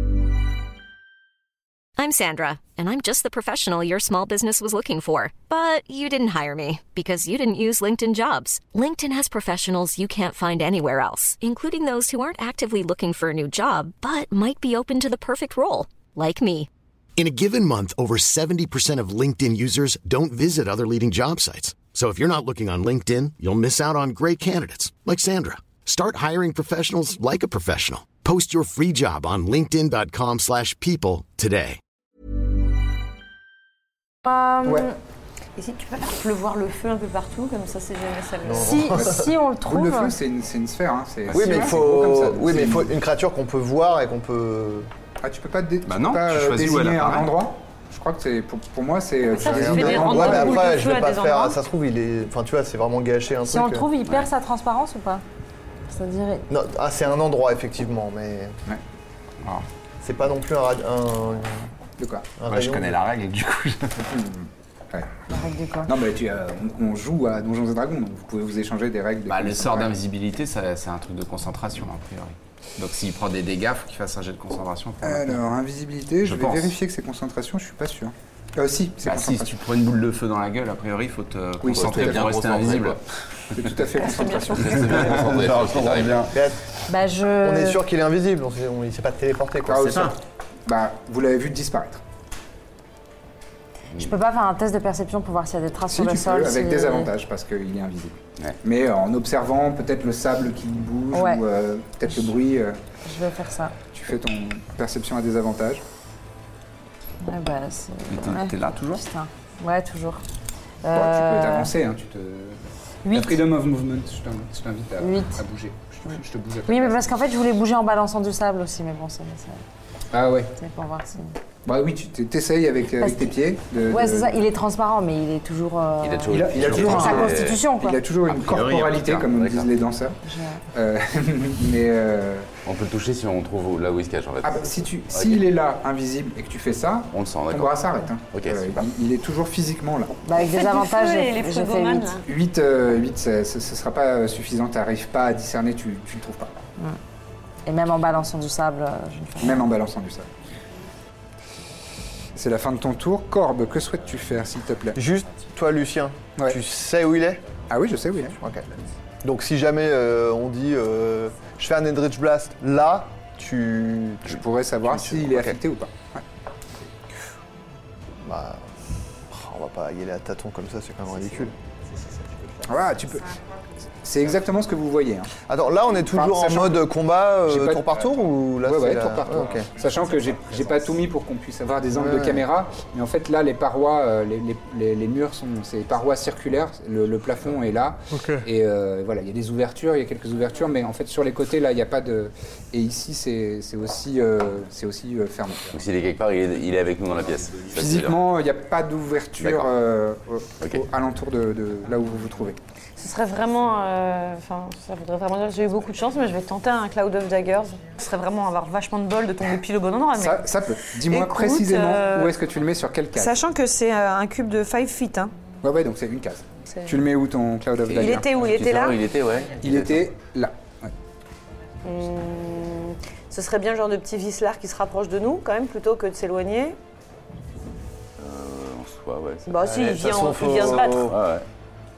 I'm Sandra, and I'm just the professional your small business was looking for. But you didn't hire me because you didn't use LinkedIn Jobs. LinkedIn has professionals you can't find anywhere else, including those who aren't actively looking for a new job, but might be open to the perfect role, like me. In a given month, over seventy percent of LinkedIn users don't visit other leading job sites. So if you're not looking on LinkedIn, you'll miss out on great candidates like Sandra. Start hiring professionals like a professional. Post your free job on linkedin dot com slash people today. Euh, Ouais. Et si tu peux faire pleuvoir le feu un peu partout, comme ça, c'est jamais ça. le- Si, si on le trouve. Boule de feu, c'est une, c'est une sphère. Hein. C'est, Oui, c'est- mais il c'est gros comme ça, faut, donc oui, mais c'est il faut une- une créature qu'on peut voir et qu'on peut. Ah, tu peux pas, dé... tu Bah peux non, pas tu euh, choisis où elle désigner un apparaît. endroit. Je crois que c'est pour, pour moi c'est. euh, Ça, tu tu désignes fais des un rangs endroit. Ouais, mais boules de après, feu je vais à pas des faire. endroits. Ça se trouve, il est. Enfin, tu vois, c'est vraiment gâché un Si truc. on le trouve, il perd Ouais. sa transparence ou pas? C'est-à-dire. Non, ah, c'est un endroit, effectivement, mais. Ouais. Ah. C'est pas non plus un. ra- un, De quoi un Ouais, je rayon. connais la règle du coup. Ouais. La règle de quoi? Non, mais tu, euh, on, on joue à Donjons et Dragons, donc vous pouvez vous échanger des règles. des Bah, le conditions sort de règles. d'invisibilité, ça- c'est un truc de concentration a priori. Donc s'il prend des dégâts, faut qu'il fasse un jet de concentration. Pour le faire. Alors, invisibilité, je, Je vais pense. vérifier que c'est concentration, je suis pas sûr. Euh, si, c'est Bah, si, si tu concentration. prends une boule de feu dans la gueule, a priori, il faut te Oui, concentrer faut bien pour rester concentré, invisible. quoi. C'est tout à fait concentration. C'est bien concentré sur ce qui t'arrive. Mais att- Bah, je. on est sûr qu'il est invisible, on sait, on, il s'est pas téléporté, quoi. Ah, C'est oui, ça. Bah, vous l'avez vu disparaître. Je peux pas faire un test de perception pour voir s'il y a des traces Si sur le tu sol. peux, avec si- des avantages, parce qu'il est invisible. Ouais. Mais euh, en observant peut-être le sable qui bouge, Ouais. ou euh, peut-être le bruit, euh, Je vais faire ça. tu fais ton perception à des avantages. Ouais, bah, c'est. Mais t'es- ouais. t'es là toujours Putain. Ouais, toujours. Bon, Euh, tu peux t'avancer, hein, tu te... huit. La freedom of movement, je t'invite, je t'invite à, Huit. à bouger. Je, te- je te bouge à ta Oui, mais place. parce qu'en fait, je voulais bouger en balançant du sable aussi, mais bon, c'est c'est- Ah ouais. c'est pour voir si. Bah oui, tu t- t'essayes avec, avec Parce tes que- pieds. de- Ouais, de- c'est ça, il est transparent, mais il est toujours. euh, Il a toujours, Il a- il a toujours Sa un- constitution, quoi. Il a toujours A une priori, corporalité, en tout cas, comme d'accord. disent les danseurs. Je- Euh, mais euh, On peut le toucher si on trouve là où il se cache en fait. ah bah, si tu, s'il est là, invisible, et que tu fais ça, On le sent, ton d'accord. bras s'arrête. Hein. Ok, Euh, super. il, il est toujours physiquement là. Bah, avec Faites des du avantages, feu et j'ai les j'ai fait frugomanes, huit. là. huit, euh, huit ça, ça, ça sera pas suffisant, tu n'arrives pas à discerner, tu ne le trouves pas. Et même en balançant du sable, euh, je ne fais rien. Même en balançant du sable. C'est la fin de ton tour. Corbe, que souhaites-tu faire, s'il te plaît? Juste, toi, Lucien, Ouais. tu sais où il est? Ah oui, je sais où il est. Ok. Donc si jamais euh, on dit euh, je fais un Eldritch Blast là, tu. Je tu pourrais savoir tu- s'il est ok. affecté ou pas. Ouais. bah, on va pas y aller à tâtons comme ça, c'est quand même ridicule. Voilà, tu peux. C'est exactement ce que vous voyez. Hein. Attends, là on est toujours Enfin, sachant en mode combat euh, j'ai pas- tour par tour ou là ouais, c'est ouais, la- tour par tour. Ouais, ok. Sachant que j'ai j'ai pas tout mis pour qu'on puisse avoir des angles Ouais, de ouais. caméra, mais en fait là les parois, euh, les, les- les- les murs sont ces parois circulaires, le, le plafond est là, et euh, voilà, il y a des ouvertures, il y a quelques ouvertures, mais en fait sur les côtés là il n'y a pas de, et ici c'est c'est aussi euh, c'est aussi euh, fermé. Donc s'il est quelque part, il est, il est avec nous dans la pièce. Ça, c'est bien. Physiquement il n'y a pas d'ouverture D'accord. euh, au- Ok. au- alentour de, de là où vous vous trouvez. Ce serait vraiment. euh, Enfin, ça voudrait vraiment dire que j'ai eu beaucoup de chance, mais je vais tenter un Cloud of Daggers. Ce serait vraiment avoir vachement de bol de tomber pile au bon endroit. Mais... Ça, ça peut. Dis-moi Écoute, précisément euh, où est-ce que tu le mets sur quelle case. Sachant que c'est euh, un cube de cinq feet. Hein. Ouais ouais donc c'est une case. C'est- Tu le mets où ton Cloud of Il Dagger? était où? Il Tu était sais là où il était, ouais. Il était là. Ouais. Hum, Ce serait bien le genre de petit vicelard qui se rapproche de nous, quand même, plutôt que de s'éloigner. Euh, en soi, ouais. c'est- Bah si, Ouais, il de toute vient, façon, il vient faut- se battre. Ah ouais.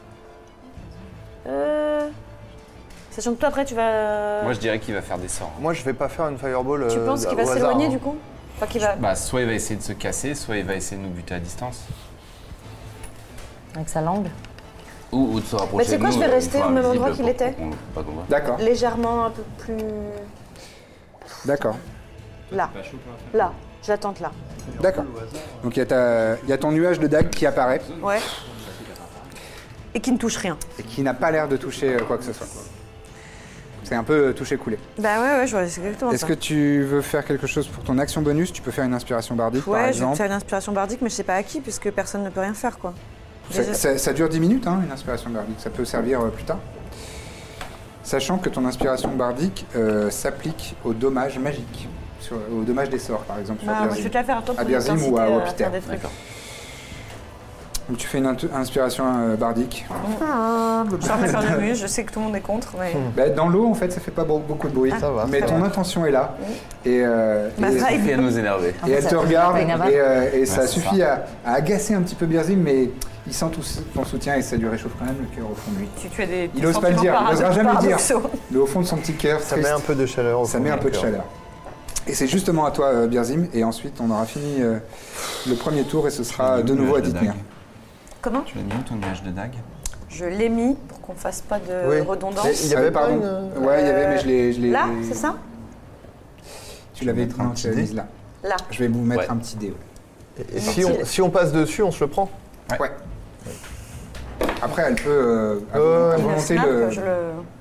Euh... Sachant que toi, après, tu vas... Moi je dirais qu'il va faire des sorts. Moi je vais pas faire une fireball. Tu euh, penses qu'il au va hasard, s'éloigner, hein. du coup? Enfin, qu'il va... Bah soit il va essayer de se casser, soit il va essayer de nous buter à distance. Avec sa langue. Ou, ou de se rapprocher Mais tu sais de quoi, nous, je vais une rester fois au même invisible endroit qu'il pour- était. pour qu'on- pas qu'on voit. D'accord. légèrement un peu plus... D'accord, Là. Là. Je la tente là. d'accord. Donc il y, a ta- il y a ton nuage de dague qui apparaît Ouais. Et qui ne touche rien. et qui n'a pas l'air de toucher euh, quoi que ce soit. C'est un peu euh, toucher-couler. Bah ouais, ouais, je vois, c'est exactement Est-ce ça. que tu veux faire quelque chose pour ton action bonus? Tu peux faire une inspiration bardique par Ouais, je vais exemple. faire une inspiration bardique, mais je sais pas à qui, puisque personne ne peut rien faire, quoi. Ça, Déjà- ça- ça dure dix minutes, hein, une inspiration bardique. Ça peut servir euh, plus tard. Sachant que ton inspiration bardique euh, s'applique aux dommages magiques, sur, aux dommages des sorts, par exemple. Sur Bah, moi, je vais te la faire à toi À pour Birzim t'inciter ou à à Wopiter. faire des trucs. Donc tu fais une int- inspiration euh, bardique. Je vais remettre faire de muse, je sais que tout le monde est contre, mais... Bah, dans l'eau, en fait, ça fait pas beau- beaucoup de bruit. Ça va, mais ça ton va. intention est là. Et, euh, Ma et- vibe. Fait à nous énerver. et elle ça te fait regarde pas et, une aval. euh, et ça Ouais, c'est suffit à, à agacer un petit peu Birzim, mais il sent tout ton soutien et ça lui réchauffe quand même le cœur au fond de lui. Tu, tu as des Il ose pas le dire, il n'osera jamais le dire. Mais au fond de son petit cœur, Ça triste, met un peu de chaleur au ça fond met un du peu de cœur. chaleur. Et c'est justement à toi, euh, Birzim, et ensuite on aura fini euh, le premier tour et ce sera de nouveau à Dithmir. Comment? Tu l'as mis où ton nuage de dague? Je l'ai mis pour qu'on fasse pas de Oui. redondance. Mais il y avait Euh, pas pardon. une- Ouais, il y avait, mais je l'ai. je l'ai- Là, c'est ça? Tu l'avais mettre un non, petit tu l'avais dé mise là. Là. Je vais vous mettre Ouais. un petit dé. ouais. Et, et si, on, si on passe dessus, on se le prend. Ouais. Après, elle peut euh, à, Ouais, à ouais, Il le volonté snap, le. je le...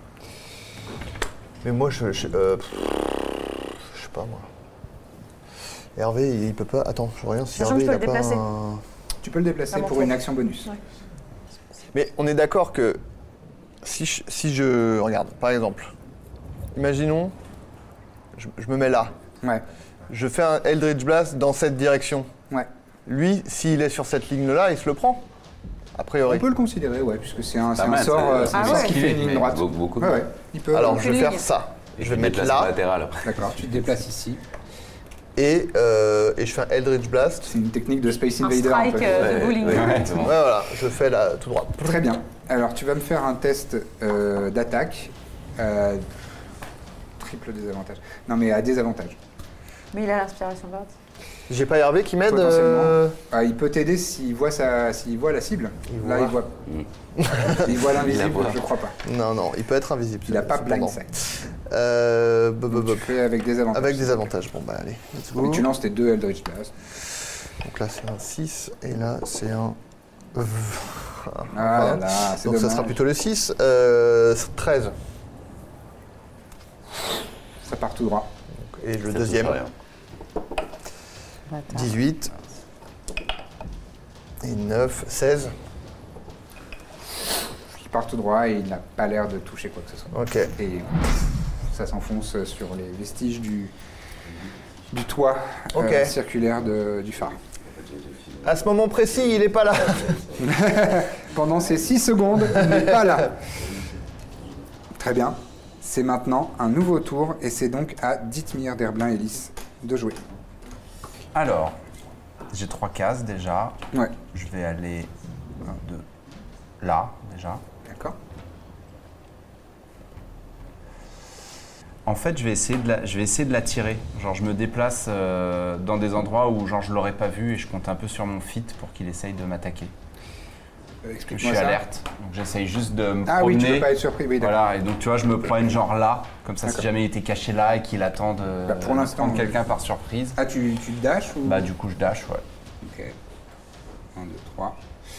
Mais moi, je. Je, euh, pff, je sais pas, moi. Hervé, il, il peut pas. Attends, je regarde si Sachant que Hervé, je il peux a le pas déplacer. un. Tu peux le déplacer À mon pour tour. une action bonus. Ouais. Mais on est d'accord que si je, si je. Regarde, par exemple, imaginons, je, je me mets là. Ouais. Je fais un Eldritch Blast dans cette direction. Ouais. Lui, s'il est sur cette ligne-là, il se le prend. A On priori. peut le considérer, ouais, puisque c'est un, c'est un mal, sort, ça. euh, c'est Ah un sort ouais. qui fait une ligne Mais droite. beaucoup- beaucoup de Ouais, mal. ouais. Il peut. Alors, je vais Recul. faire ça. Et Je vais tu mettre déplaces en là latéral après. D'accord, tu te déplaces ici. et, euh, et je fais un Eldritch Blast. C'est une technique de Space Un Invader. strike un peu. euh, Ouais, de bowling. ouais, Ouais, exactement. voilà, je fais là tout droit. Très bien. Alors, tu vas me faire un test euh, d'attaque. euh, triple désavantage. Non, mais à désavantage. Mais il a l'inspiration verte. J'ai pas Hervé qui m'aide Potentiellement. euh, Ah, il peut t'aider s'il voit, sa... s'il voit la cible. Il Là, voit. il voit. Mm. Il voit Il l'invisible, la voit. je crois pas. Non, non, il peut être invisible. Il a pas cependant. blind sight. Euh, bob, bob, Donc, bob. tu fais avec des avantages. Avec des avantages. Bon, bah allez, let's go. Et tu lances tes deux Eldritch Blast. Donc là, c'est un six et là, c'est un. Ah là là, c'est Donc dommage. ça sera plutôt le six. Euh, treize. Ça part tout droit. Et le Ça deuxième, touche rien. Bâtard. dix-huit. Et neuf, seize. Il part tout droit et il n'a pas l'air de toucher quoi que ce soit. Ok. Et ça s'enfonce sur les vestiges du, du toit euh, Ok. circulaire de- du phare. À ce moment précis, il est pas là. Pendant ces six secondes, il n'est pas là. Très bien. C'est maintenant un nouveau tour et c'est donc à Dithmir, d'Herblin et Lys de jouer. Alors, j'ai trois cases déjà. Ouais, Je vais aller un, deux, là déjà. d'accord. En fait, je vais essayer de la, je vais essayer de la tirer. Genre, je me déplace euh, dans des endroits où genre je l'aurais pas vu et je compte un peu sur mon fit pour qu'il essaye de m'attaquer. Euh, Que je Explique-moi suis ça. alerte, donc j'essaye juste de me Ah oui, promener. tu peux pas être surpris, oui, d'accord. Voilà, et donc tu vois, je me promène genre là, comme ça, si D'accord. jamais il était caché là et qu'il attend de, Bah, pour de l'instant, prendre oui. quelqu'un par surprise. Ah, tu, tu dashes ou... Bah, du coup, je dash, ouais. Ok. un, deux, trois.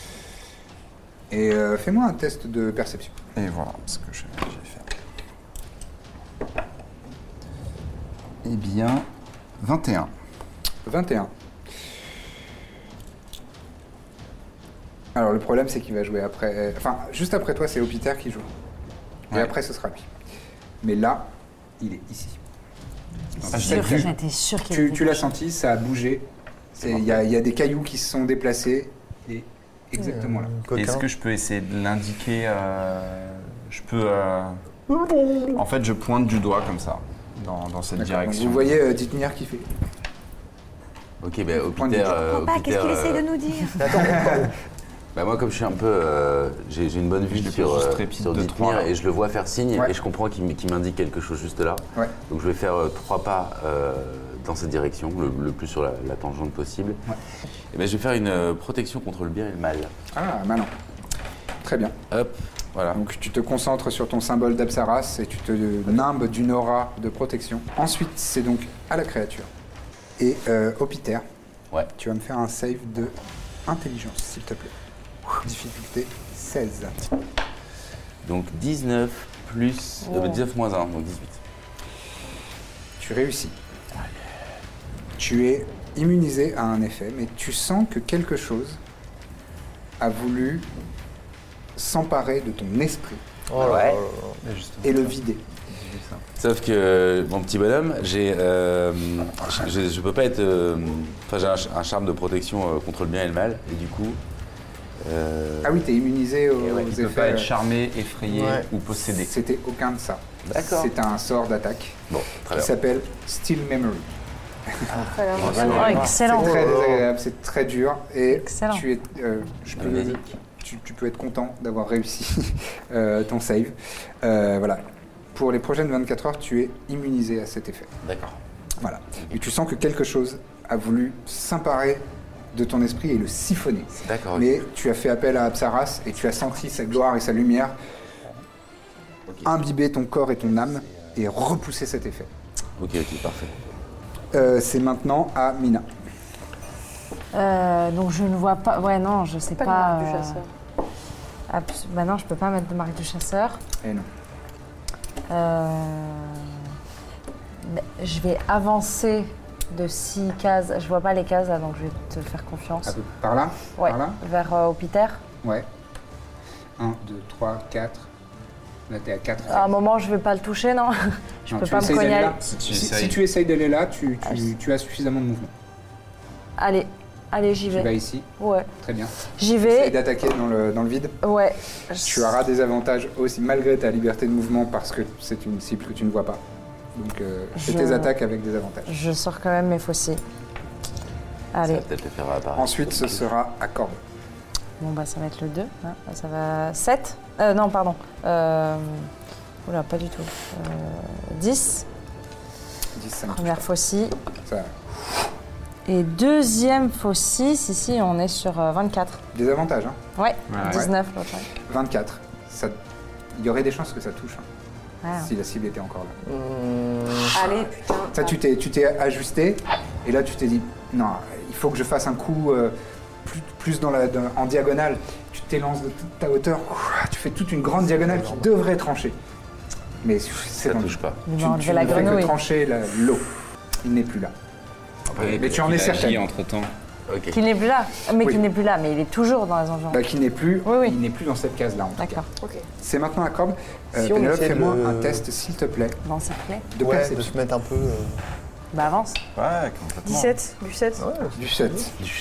Et euh, fais-moi un test de perception. Et voilà ce que je- j'ai fait. Eh bien, vingt et un. vingt et un. Alors le problème c'est qu'il va jouer après... Enfin, juste après toi c'est Hopiter qui joue. Et Ouais. après ce sera lui. Mais là, il est ici. Ah, je Sûr l'ai que vu. J'étais sûre qu'il Tu, était tu l'as touché. senti, ça a bougé. C'est- Il y, a- il y a des cailloux qui se sont déplacés. Et exactement là. Coquin. Est-ce que je peux essayer de l'indiquer euh, Je peux. euh, En fait, je pointe du doigt comme ça, dans, dans cette D'accord. Donc, direction. vous voyez euh, Dithmir qui fait. Ok, bah, au Point de Peter, vue. euh, au Papa, Peter, qu'est-ce qu'il euh, essaye de nous dire? bah, moi, comme je suis un peu. euh, j'ai j'ai une bonne vue Je le sur, fais juste euh, rapide sur de Dithmir trois, là. et je le vois faire signe Ouais. et je comprends qu'il m- qu'il m'indique quelque chose juste là. Ouais. Donc je vais faire euh, trois pas euh, dans cette direction, le, le plus sur la, la tangente possible. Ouais. Et ben, je vais faire une euh, protection contre le bien et le mal. Ah, maintenant. Très bien. Hop, Voilà. Donc tu te concentres sur ton symbole d'Apsaras et tu te nimbes d'une aura de protection. Ensuite, c'est donc à la créature. Et euh, Opiter, Ouais. tu vas me faire un save de intelligence, s'il te plaît. Difficulté seize. Donc dix-neuf plus. Oh. euh, dix-neuf moins un, donc dix-huit. Tu réussis. Tu es immunisé à un effet, mais tu sens que quelque chose a voulu s'emparer de ton esprit Oh là là là là. Mais justement, et le ça, vider. j'ai vu ça. Sauf que, mon petit bonhomme, j'ai, euh, je, je, je peux pas être. euh, Enfin, j'ai un, ch- un charme de protection euh, contre le bien et le mal, et du coup. euh, Ah oui, t'es immunisé aux, Et ouais, aux il effets. peut pas être euh, charmé, effrayé Ouais. ou possédé. C'était aucun de ça. D'accord. C'est un sort d'attaque Bon, très qui bien. s'appelle Still Memory. Oh, excellent. C'est très désagréable, c'est très dur et Excellent. tu es, euh, je peux, Magnifique. tu, tu peux être content d'avoir réussi euh, ton save. Euh, voilà. Pour les prochaines vingt-quatre heures, tu es immunisé à cet effet. D'accord. Voilà. Et tu sens que quelque chose a voulu s'emparer de ton esprit et le siphonner. D'accord. ok. Mais tu as fait appel à Apsaras et tu as senti sa gloire et sa lumière imbiber ton corps et ton âme et repousser cet effet. Ok, ok, parfait. Euh, c'est maintenant à Mina. Euh, donc je ne vois pas. Ouais, non, je sais Pas pas. de marque du euh, chasseur. abs- Bah non, je peux pas mettre de marque du chasseur. Et non. Euh, mais je vais avancer de six cases. Je vois pas les cases là, donc je vais te faire confiance. Un peu par là Ouais, Par là vers euh, Opiter. Ouais. un, deux, trois, quatre. Là, t'es à quatre. À un moment, je vais pas le toucher, non. Je Non, peux tu pas me essayes d'aller cogner. là. Si tu Si, essayes. si tu essayes d'aller là, tu, tu- Ah, je- tu as suffisamment de mouvement. Allez, allez, j'y Tu vas vais. ici. Ouais, Très bien. j'y Essaye vais. d'attaquer dans le, dans le vide. Ouais. Tu auras des avantages aussi malgré ta liberté de mouvement parce que c'est une cible que tu ne vois pas. Donc euh, fais Je- tes attaques avec des avantages. Je sors quand même mes faucils. Ça Allez. va peut-être le faire apparaître. Ensuite, ce sera à corde. Bon, bah, ça va être le deux. hein. Bah, ça va. sept. Euh, non, pardon. Euh... Oula, pas du tout. Euh... dix. dix, ça ne touche Première pas. faucille. Ça- Et deuxième faucille, si, si, on est sur euh, vingt-quatre. Des avantages, hein. Ouais, Ouais. dix-neuf l'autre. ouais. vingt-quatre. Ça... Il y aurait des chances que ça touche, hein, Ah. si la cible était encore là. Allez, putain. Ça, tu t'es, tu t'es ajusté, et là, tu t'es dit, non, il faut que je fasse un coup euh, plus, plus dans la, dans- en diagonale. Tu t'élances de toute ta hauteur, ouah, tu fais toute une grande diagonale qui devrait trancher. Mais c'est Ça dans touche pas. Il Tu, m'a tu enlevé la ne fais que grenouille. trancher la- l'eau. Il n'est plus là. Mais tu en es certain. entre temps. Ok. Qu'il n'est plus là. Mais Oui. qu'il n'est plus là, mais il est toujours dans les environs. Bah, qui n'est plus, Oui, oui. il n'est plus dans cette case-là. en tout cas. D'accord. Ok. C'est maintenant à corde. Euh, Si on Pénélope, essaie de fais-moi le- un test, s'il te plaît, Dans cette clé. de Ouais, de perception. se mettre un peu. euh, Bah avance. Ouais, complètement. dix-sept, du sept. Ouais, Du sept.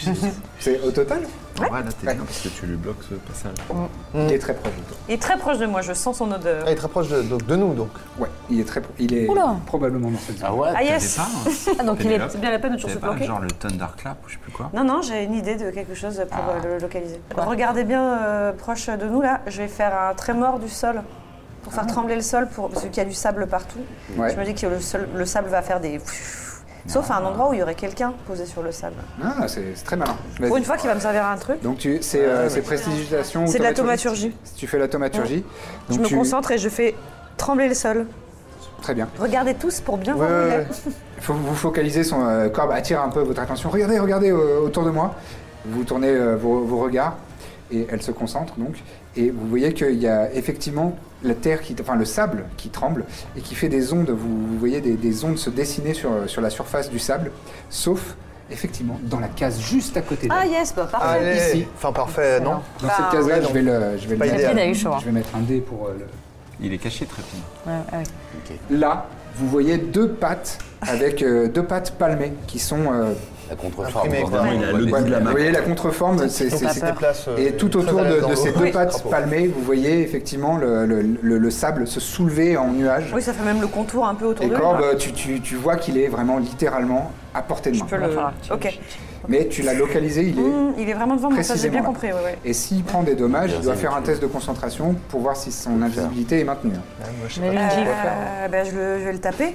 C'est au total. Ouais, là, t'es Ouais. bien parce que tu lui bloques ce passage. Il est très proche de toi. Il est très proche de moi, je sens son odeur. Ah, il est très proche de, donc, de nous, donc. Ouais, il est très, pro- il est Oula. probablement dans cette zone. Ah ouais. Ah yes. T'avais pas, hein Ah, donc il est. Pénélope C'est bien la peine de toujours se T'avais pas planquer. genre le Thunderclap ou je sais plus quoi. Non, non, j'ai une idée de quelque chose pour Ah. euh, le localiser. Quoi Regardez bien euh, proche de nous là, je vais faire un trémor du sol pour faire trembler le sol pour, parce qu'il y a du sable partout. Ouais. Je me dis que le, sol- le sable va faire des. Sauf à un endroit où il y aurait quelqu'un posé sur le sable. Ah, c'est c'est très malin. Vas-y. Pour une fois qu'il va me servir à un truc, Donc tu, c'est, euh, c'est prestidigitation ou c'est de la thaumaturgie. thaumaturgie. Tu fais la thaumaturgie. Je Donc me tu- concentre et je fais trembler le sol. Très bien. Regardez tous pour bien Ouais, voir où il ouais, est. ouais. Il faut vous focaliser, son euh, corbe attire un peu votre attention. Regardez, regardez euh, autour de moi. Vous tournez euh, vos, vos regards et elle se concentre donc. Et vous voyez qu'il y a effectivement la terre, qui, enfin le sable qui tremble et qui fait des ondes. Vous, vous voyez des, des ondes se dessiner sur, sur la surface du sable, sauf effectivement dans la case juste à côté. Ah d'elle. yes, bah parfait. Allez, ici. enfin parfait, non Dans Bah, cette case-là, ouais, je non. vais le, je vais le Pas mettre. idéal. Il a eu chaud. hein. Je vais mettre un dé pour euh, le. Il est caché très bien. Ouais, ouais, ouais. Là, vous voyez deux pattes avec euh, deux pattes palmées qui sont. euh, La contreforme. Imprimé, évidemment, quoi. on Il a voit le des- goût de la vous main. voyez la contreforme, c'est. c'est- pas c'est- peur. Déplace, euh, Et tout très autour à l'aise de, dans de l'eau. ces deux Oui. pattes Bravo. palmées, vous voyez effectivement le, le- le- le sable se soulever en nuage. Oui, ça fait même le contour un peu autour Et de lui. Corbe, là. tu, tu- tu vois qu'il est vraiment littéralement à portée de Je main. peux Va le. falloir que tu- Ok. Mais tu l'as localisé, il est. Mmh, il est vraiment devant moi, ça j'ai bien Précisément là. compris. Ouais, ouais. Et s'il prend des dommages, il doit Merci, faire un monsieur. test de concentration pour voir si son invisibilité est maintenue. Ouais, moi, je sais Mais pas lui, trop il quoi dit- faire. Euh, bah, je, le- je vais le taper.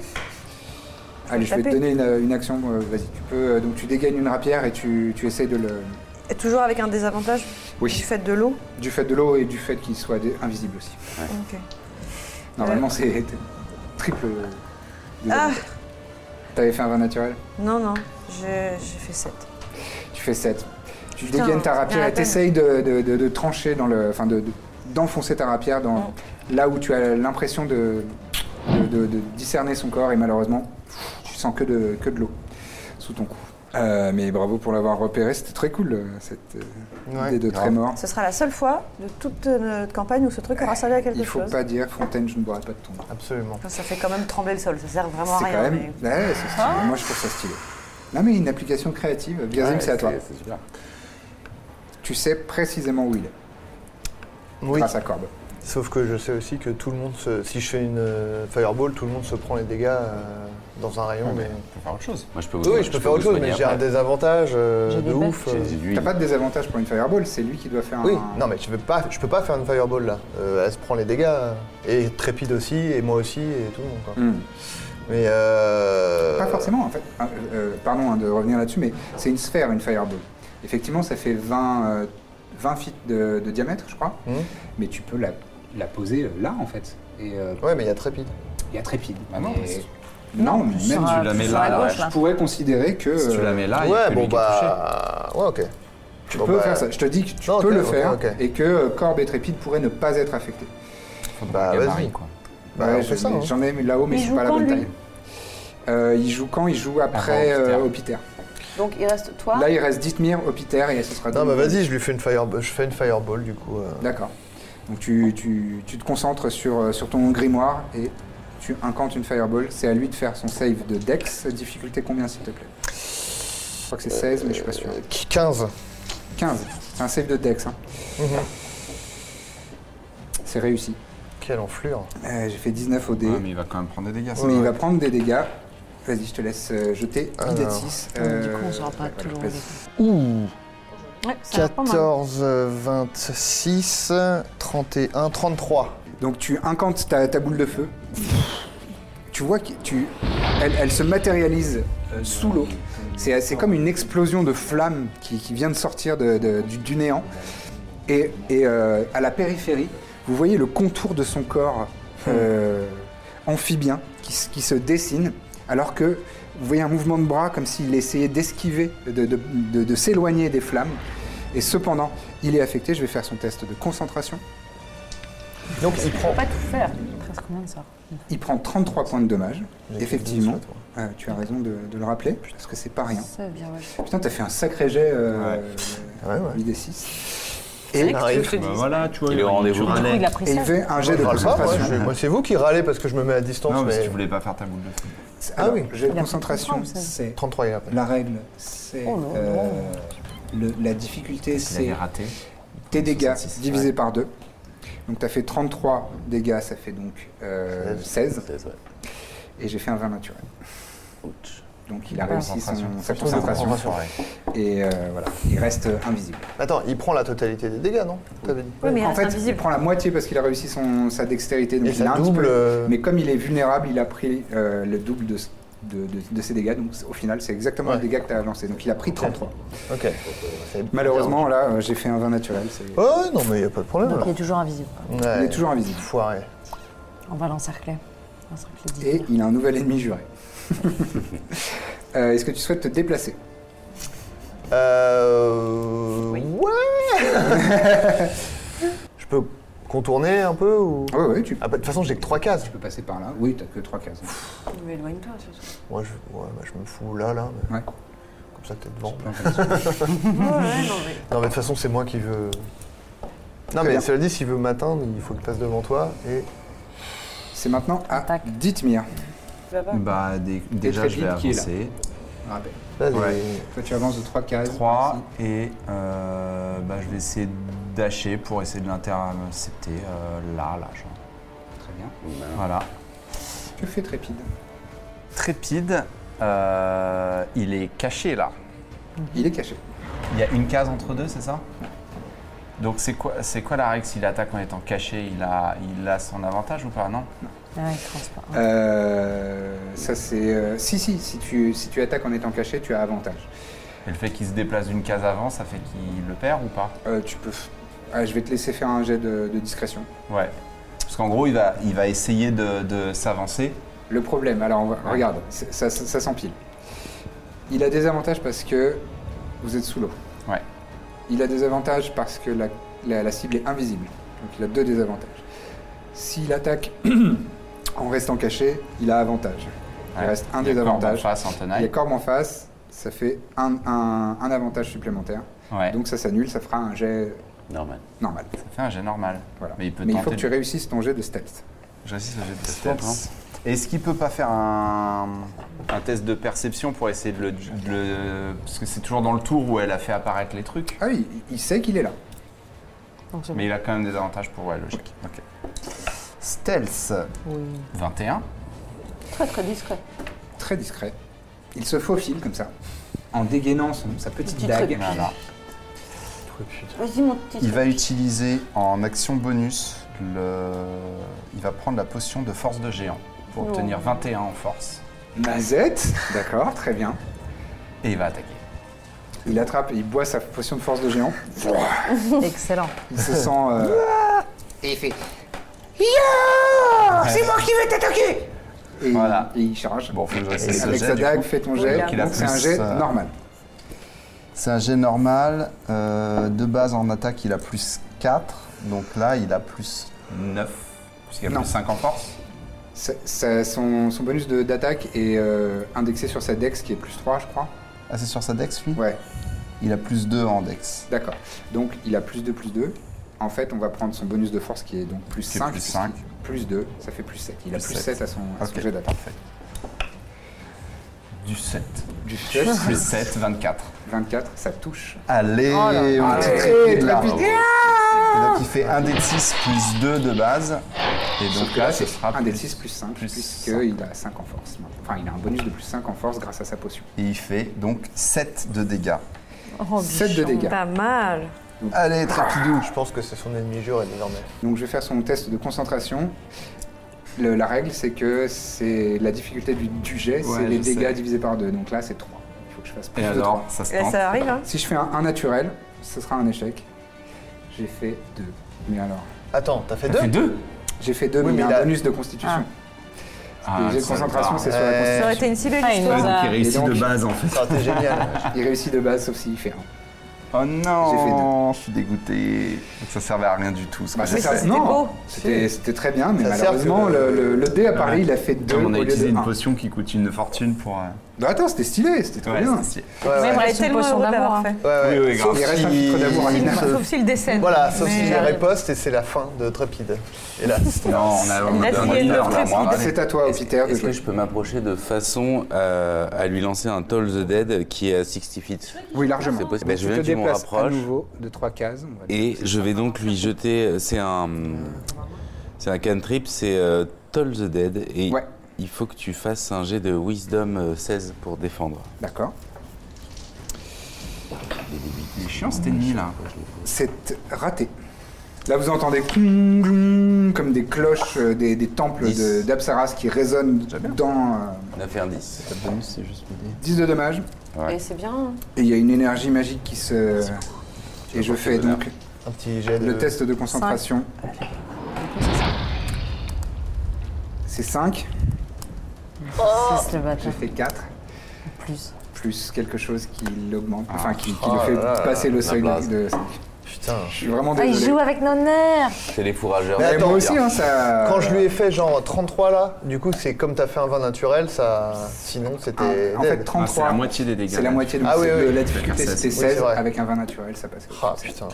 Allez, je vais te taper. donner une, une action. euh, Vas-y, tu peux. euh, Donc tu dégaines une rapière et tu, tu essayes de le. Et toujours avec un désavantage. Oui. Du fait de l'eau. Du fait de l'eau et du fait qu'il soit dé- invisible aussi. Ok. Normalement, c'est t- triple. Ah. T'avais fait un vin naturel? Non, non, j'ai j'ai fait sept. Tu fais sept. Tu Putain, dégaines ta c'est bien rapière la et peine. t'essayes de, de, de, de trancher dans le. Enfin, de, de- d'enfoncer ta rapière dans là où tu as l'impression de, de, de- de discerner son corps et malheureusement, tu sens que de, que de l'eau sous ton cou. Euh, mais bravo pour l'avoir repéré, c'était très cool euh, cette euh, Ouais, idée de grave. trémor. Ce sera la seule fois de toute notre campagne où ce truc aura servi à quelque Il faut chose. pas dire Fontaine, je ne boirai pas de ton. Absolument. Enfin, ça fait quand même trembler le sol, ça sert vraiment à C'est rien. quand même. mais- Ouais, c'est stylé. Moi, je trouve ça stylé. Non, mais une application créative. Birzim, Ouais, c'est à toi. C'est super. Tu sais précisément où il est, Oui. grâce à Corbe. Sauf que je sais aussi que tout le monde se... Si je fais une euh, fireball, tout le monde se prend les dégâts euh, dans un rayon. mais... On peut faire autre chose. Moi, je peux vous Oui, oui, je peux faire vous autre chose, soigner mais j'ai un après. désavantage euh, J'ai de des ouf. J'ai euh. des huiles. T'as pas de désavantage pour une fireball, c'est lui qui doit faire Oui, un. non mais je peux pas, je peux pas faire une fireball là. Euh, elle se prend les dégâts euh, et Trépide aussi et moi aussi et tout le monde quoi. Hmm. Mais euh... Pas forcément, en fait. Euh, euh, pardon hein, de revenir là-dessus, mais c'est une sphère, une fireball. Effectivement, ça fait vingt, euh, vingt feet de, de diamètre, je crois. Hmm. Mais tu peux la, la poser là, en fait. Et euh, Ouais, mais il y a Trépide. il y a Trépide. Ah non, Mais- c'est- non, mais sur même un- tu la mets sur là, la là, gauche, là. je pourrais considérer que Si tu la euh, mets là, il y a ouais, que bon lui qui est touché. bah... Ouais, ok. tu Bon, peux bah, faire ça. Je te dis que tu non, peux ok, le ok, faire ok. et que euh, Corbe et Trépide pourraient ne pas être affectés. Bah Un gabarit, vas-y. quoi. Bah, Ouais, on je- fait ça, hein. J'en ai là-haut, mais Il c'est joue pas la quand, bonne lui taille. Euh, il joue quand? Il joue après Avant Opiter. euh, Opiter. Donc il reste toi. Là, il reste Dithmir, Opiter et ce sera Non tout. bah vas-y, je lui fais une fireball, je fais une fireball du coup. euh. D'accord. Donc tu, tu, tu te concentres sur, euh, sur ton grimoire et tu incantes une fireball. C'est à lui de faire son save de Dex. Difficulté combien, s'il te plaît? Je crois que c'est seize, mais je suis pas sûr. Euh, quinze. quinze. C'est un save de Dex. Hein. Mhm. C'est réussi. Quelle enflure. Euh, J'ai fait dix-neuf au dé. Ouais, mais il va quand même prendre des dégâts. ça. mais il ouais. va prendre des dégâts. Vas-y, je te laisse euh, jeter un dé de Alors. six. Du coup, on saura pas toujours vas-y. les- Ouh. Ouais, ça va pas mal. quatorze, vingt-six, trente et un, trente-trois. Donc tu incantes ta, ta boule de feu. Tu vois qu'elle tu, elle, elle se matérialise euh, sous l'eau. C'est c'est comme une explosion de flammes qui, qui vient de sortir de- de- du, du néant. Et, et, euh, à la périphérie, vous voyez le contour de son corps euh, amphibien qui, s- qui se dessine, alors que vous voyez un mouvement de bras comme s'il essayait d'esquiver, de, de- de- de s'éloigner des flammes. Et cependant, il est affecté. Je vais faire son test de concentration. Donc il prend. Faut pas tout faire. Presque combien de ça? Il prend trente-trois points de dommages. J'ai Effectivement, fait douze, toi. Euh, tu as raison de, de le rappeler, parce que c'est pas rien. C'est bien, ouais. Putain, t'as fait un sacré jet euh, Ouais, ouais. huit D six. C'est Et, vrai que arrive. tu te le Bah dis. voilà, tu vois. Il est au rendez-vous. tu Du coup, râlais. il a pris et il ça. fait un jet de Je râle pas, moi, concentration. je- moi, c'est vous qui râlez parce que je me mets à distance. Non, parce mais que tu voulais pas faire ta boule de feu. Alors, Ah oui. jet de Il a concentration, pris trente-trois, ça. c'est trente-trois, il a pris. la règle, c'est Oh là euh, là. le- la difficulté, Il c'est avait raté. tes dégâts soixante-six, divisé ouais. par deux. Donc tu as fait trente-trois dégâts, ça fait donc euh, seize, seize, ouais. et j'ai fait un vingt naturel. Ouch. Donc il a Ah. réussi son, sa Surtout de concentration, concentration. et euh, voilà, il reste invisible. Attends, il prend la totalité des dégâts, non? T'avais dit. Oui, mais il En reste fait, invisible. il prend la moitié parce qu'il a réussi son, sa dextérité, donc Et il ça a un petit double, peu- euh, Mais comme il est vulnérable, il a pris euh, le double de, de, de- de ses dégâts, donc au final, c'est exactement Ouais. le dégât que tu as lancé. Donc il a pris trente-trois. Ok. C'est Malheureusement, là, euh, j'ai fait un vingt naturel. c'est- bien. Ouais, non, mais il n'y a pas de problème. Donc il alors. est toujours invisible. quoi. Ouais. Il est toujours invisible. Foiré. On va l'encercler. Encercler Et Dithmir. il a un nouvel ennemi juré. Euh, Est-ce que tu souhaites te déplacer? Euh. Ouais. Je peux contourner un peu ou. Oui, oui, tu Ah, bah, de toute façon, j'ai que trois cases. peux passer par là. Oui, tu que trois cases. Mais éloigne-toi surtout. Moi, je, ouais, bah, je me fous là, là. mais Ouais. Comme ça, t'es devant. Ouais, non, mais. Non, mais de toute façon, c'est moi qui veux. Non, Très mais bien. cela dit, s'il veut m'atteindre, il faut qu'il passe devant toi. Et. C'est maintenant à Attaque. Dithmir. Tu vas pas. Bah, dé- déjà, je vais Trépide qui est là. avancer. Rappel. Vas-y. Ouais. Toi, tu avances de trois cases. trois Ici. et euh, bah, je vais essayer de dasher pour essayer de l'intercepter euh, là, là, genre. Très bien. Ben, Voilà. Que fait Trépide? Trépide, euh, il est caché là. Il est caché. Il y a une case entre deux, c'est ça? Donc c'est quoi, c'est quoi la règle s'il attaque en étant caché? Il a, il a son avantage ou pas? Non? Ah, il transparaît. Euh, ça c'est... euh, si, si, si tu, si tu attaques en étant caché, tu as avantage. Et le fait qu'il se déplace d'une case avant, ça fait qu'il le perd ou pas? Euh, tu peux. Ah, je vais te laisser faire un jet de, de discrétion. Ouais. Parce qu'en gros, il va, il va essayer de, de s'avancer. Le problème, alors on va- regarde, c'est- ça, ça, ça s'empile. Il a des avantages parce que vous êtes sous l'eau. Ouais. Il a des avantages parce que la, la- la cible est invisible. Donc il a deux désavantages. S'il attaque en restant caché, il a avantage. Il Ouais. reste un Il y a Corbe en désavantage. face en Il y a tenaille. Corbe en face, ça fait un, un- un avantage supplémentaire. Ouais. Donc ça s'annule, ça fera un jet Normal. normal. Ça fait un jet normal. Voilà. Mais il peut Mais il tenter faut que tu de- réussisses ton jet de stealth. Je réussis le jet de C'est fort, stealth. Est-ce qu'il peut pas faire un, un test de perception pour essayer de le, de le- Parce que c'est toujours dans le tour où elle a fait apparaître les trucs. Ah oui, il- il sait qu'il est là. Donc c'est Mais il a quand même des avantages pour ouais, logique. Ok. Stealth. bon. Oui. vingt et un. Très très discret. Très discret. Il se faufile comme ça, en dégainant son- sa petite Petit dague. truc. Voilà. Vas-y mon petit. Il va utiliser en action bonus, le... il va prendre la potion de force de géant pour Oh. obtenir vingt et un en force. Mazette, d'accord, très bien. Et il va attaquer. Il attrape, il boit sa potion de force de géant. Excellent. Il se sent. euh, Et il fait. Ya C'est moi qui vais t'attaquer Et Voilà. il, et il charge. Bon, faut que je reste Et ce avec jet, sa du dague, coup. fait ton jet. Donc, il a Donc c'est un plus, jet euh, normal. C'est un jet normal. euh, de base en attaque, il a plus quatre. Donc là, il a plus neuf. Puisqu'il a Non. plus cinq en force. Ça- ça- son, son bonus de- d'attaque est euh, indexé sur sa dex qui est plus trois, je crois. Ah, c'est sur sa dex, lui Ouais, Il a plus deux en dex. d'accord. Donc il a plus deux, plus deux. En fait, on va prendre son bonus de force qui est donc plus Qui est cinq. plus puisqu'il- cinq. Plus deux, ça fait plus sept. Il a Plus plus sept. sept à son, à son Ok, jet d'attaque. parfait. Du sept. Du sept, Plus sept, vingt-quatre. vingt-quatre, ça touche. Allez, Oh là là. on Allez, est très là. vite. Et donc il fait un d six plus deux de base. Et donc Sauf que là, là, ce c'est sera un plus- d six plus cinq, plus puisqu'il a cinq en force. Enfin, il a un bonus de plus cinq en force grâce à sa potion. Et il fait donc sept de dégâts. Oh, sept de bichon. dégâts. Pas mal. Allez, Trapidou. Je pense que c'est son ennemi juré désormais. Donc je vais faire son test de concentration. Le- la règle, c'est que c'est la difficulté du, du jet, Ouais, c'est les je dégâts sais. divisés par deux. Donc là, c'est trois. Il faut que je fasse plus Et de alors, trois. ça se Et tente. ça arrive, hein. Si je fais un, un naturel, ce sera un échec. J'ai fait deux. Mais alors, Attends, t'as fait Ça deux fait deux. j'ai fait deux, Oui, mais il y a mais un là- bonus de constitution. Ah, les jets de ça concentration, va. c'est sur la Ouais. Ça aurait constitution. été une si belle Ah, il histoire. nous a- Il réussit Et donc- de base en fait. Ça aurait été génial. Il réussit de base, sauf s'il fait un. Oh J'ai fait non, je suis dégoûté. Donc ça servait à rien du tout. Ce Bah, que ça j'ai sert- fait. c'était non, beau. C'était c'était très bien, mais Ça sert malheureusement, que le, le- le- le dé à Paris, Ouais. il a fait deux Comme on au a lieu utilisé de une un. potion qui coûte une fortune pour. euh, Non, attends, c'était stylé, c'était trop Ouais, bien. c'était stylé. Ouais, ouais. Même On est reste une tellement potion heureux de d'amour. l'avoir hein. fait. Ouais, ouais. Oui, oui, grave. Il reste un filtre d'amour à si- Nina. Sauf s'il décède. Voilà, sauf si Mais, j'ai euh, riposte et c'est la fin de Trépide. Et là, Non, on a on La a donné fille, elle une heure, meurt là, très moi. vite. C'est à toi, Est-ce Peter, de est-ce que jouer. je peux m'approcher de façon à, à lui lancer un Toll the Dead qui est à soixante feet? Oui, largement. C'est possible. Ben, je Tu veux te bien que tu m'en déplaces à rapproches. nouveau de trois cases. on va Et dire. je vais donc lui jeter. C'est un. C'est un cantrip, c'est euh, Toll the Dead. Et Ouais. il faut que tu fasses un jet de Wisdom euh, seize pour défendre. D'accord. Il est chiant cet ennemi là. C'est raté. Là, vous entendez clong, clong, comme des cloches, euh, des, des temples dix. de- d'Apsaras qui résonnent dans euh, neuf et un dix. Le bonus, c'est juste le dé. dix de dommages. Ouais. Et c'est bien. hein. Et il y a une énergie magique qui se... Et je fais bonheur. donc un petit jet de... le test de concentration. C'est cinq. Six, le J'ai bâtard. fait quatre. Plus. Plus quelque chose qui l'augmente, enfin qui, qui Oh le fait là là, passer le la seuil blase. de cinq. Putain. Je suis vraiment Ah, il désolé. joue avec nos nerfs. C'est les fourrageurs. Mais Et attends, moi aussi, hein, ça... Quand je lui ai fait genre trente-trois là, du coup c'est comme t'as fait un vin naturel, ça... Sinon c'était Ah, en fait, dead. Ah, c'est trente-trois, la moitié des dégâts. c'est la moitié de Ah oui, de oui. la difficulté, Oui, c'était c'est seize, vrai. avec un vin naturel, ça passe. Ah putain.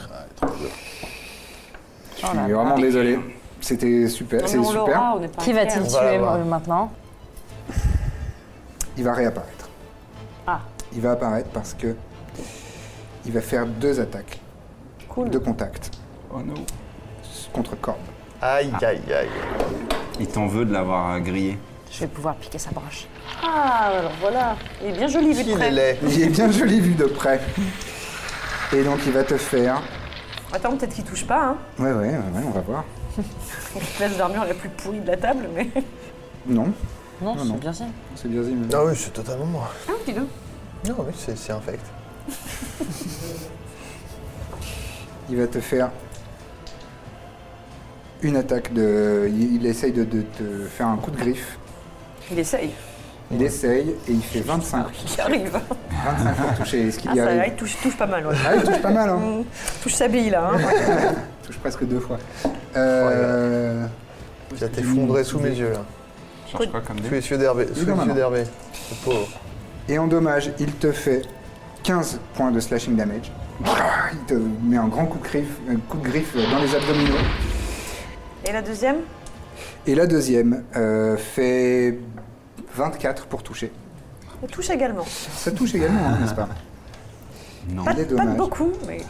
Je suis vraiment désolé. C'était super, Non, c'est mais on super. l'aura, on n'est pas Qui inquiets, va-t-il hein. On va tuer l'avoir. euh, maintenant? Il va réapparaître. Ah. Il va apparaître parce que il va faire deux attaques Cool. de contact Oh non. contre Corbe. Aïe aïe aïe. Il t'en veut de l'avoir euh, grillé. Je vais pouvoir piquer sa branche. Ah, alors voilà. Il est bien joli vu de Il est près. laid. Il est bien joli vu de près. Et donc il va te faire. Attends, peut-être qu'il touche pas, hein. Ouais, ouais, ouais, ouais, on va voir. La classe d'armure la plus pourrie de la table, mais. Non, Non, Non, c'est non. bien ça. c'est bien dit. mais- Ah oui, c'est totalement moi. Ah, dis donc. Non, oui, c'est c'est infect. Il va te faire une attaque de... Il, il essaye de, de te faire un coup de griffe. Il essaye. Il essaye et il fait vingt-cinq. Il arrive. vingt-cinq pour toucher. Est-ce qu'il Ah, y ça, arrive? là, il touche, touche pas mal. Ouais. Ah, il touche pas mal, hein. Mmh, touche sa bille là. Hein. Il touche presque deux fois. Euh... Tu vas t'effondrer sous mes yeux là. Change quoi comme Sous dé? les yeux d'Hervé. Sous les non, yeux non. d'Hervé. Le pauvre. Et en dommage, il te fait quinze points de slashing damage. Il te met un grand coup de griffe, un coup de griffe dans les abdominaux. Et la deuxième? Et la deuxième euh, fait vingt-quatre pour toucher. Elle touche également. Ça touche également, hein, n'est-ce pas? Non. Pas, Il est pas de dommage. beaucoup, mais.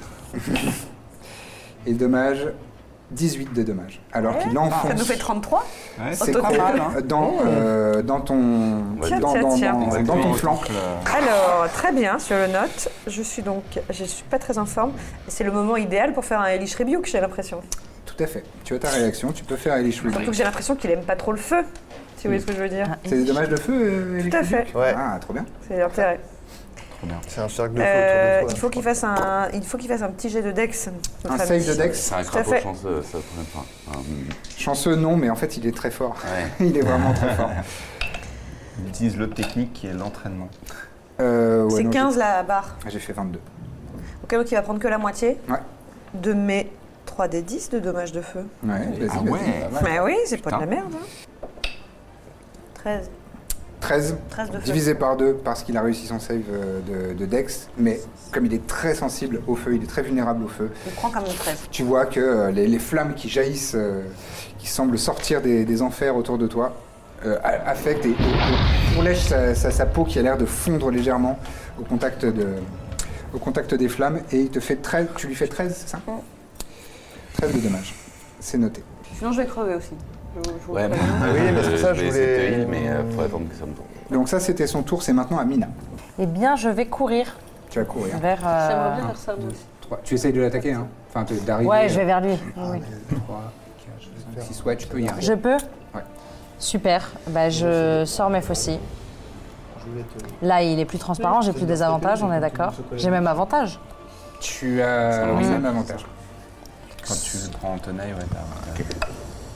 Et dommage, dix-huit de dommage. Alors Ouais, qu'il ça enfonce. nous fait trente-trois. Ouais, C'est Au total, quand- hein. dans, euh, dans ton, Tiens, dans, tiens, dans- tiens. dans- Exactement, dans ton il flanc. touche le- Alors, très bien, sur le note. Je suis donc. Je suis pas très en forme. C'est le moment idéal pour faire un Elish Rebuke, j'ai l'impression. Tout à fait. Tu as ta réaction, tu peux faire Elish Surtout Rebuke. que j'ai l'impression qu'il aime pas trop le feu. Si vous voyez ce que je veux dire. C'est des dommages de feu, euh, Elish Tout à Rebuke fait. Ouais. Ah, trop bien. C'est l'intérêt. C'est un cercle de feu Euh, autour de il toi. faut qu'il fasse un, il faut qu'il fasse un petit jet de Dex. Un notre save ami. de Dex. C'est un Tout à crapaud fait. chanceux, ça pourrait pas. Enfin, Chanceux, non, mais en fait, il est très fort. ouais. Il est vraiment très fort. Il utilise l'autre technique qui est l'entraînement. Euh, ouais, C'est non, quinze la barre. J'ai j'ai fait vingt-deux. Ok, donc il va prendre que la moitié Ouais. de mes trois d dix de dommages de feu. Ouais, vas-y, Ah vas-y. ouais. Mais oui, c'est pas de la Putain. merde. Hein. treize. treize, treize de feu. divisé par deux parce qu'il a réussi son save euh, de, de Dex, mais comme il est très sensible au feu, il est très vulnérable au feu, Il prend quand même treize. tu vois que euh, les, les flammes qui jaillissent, euh, qui semblent sortir des, des enfers autour de toi, euh, a- affectent et, et- et pourlèchent sa, sa- sa peau qui a l'air de fondre légèrement au contact, de, au contact des flammes, et il te fait treize, tu lui fais treize, c'est ça? treize de dommages, c'est noté. Sinon, je vais crever aussi. Je- je vous Ouais, le bah, préviens. Oui, mais c'est pour ça que je vais essayer de voulais- te heal, mais euh, faut attendre que ça me tombe. Donc ça, c'était son tour, c'est maintenant à Mina. Eh bien, je vais courir Tu vas courir. vers. euh, J'aimerais bien faire ça, moi aussi. trois. Tu essayes de l'attaquer, hein? Enfin, te- d'arriver. Ouais, je vais vers lui. Oui. trois, quatre, cinq, six, ouais, tu peux y arriver. Je peux Ouais. Super. Bah, je sors mes faucilles. Là, il est plus transparent, j'ai plus des avantages, on est d'accord. J'ai même avantage. Tu as le même avantage. Quand tu le prends en tenaille, ouais, t'as avantage.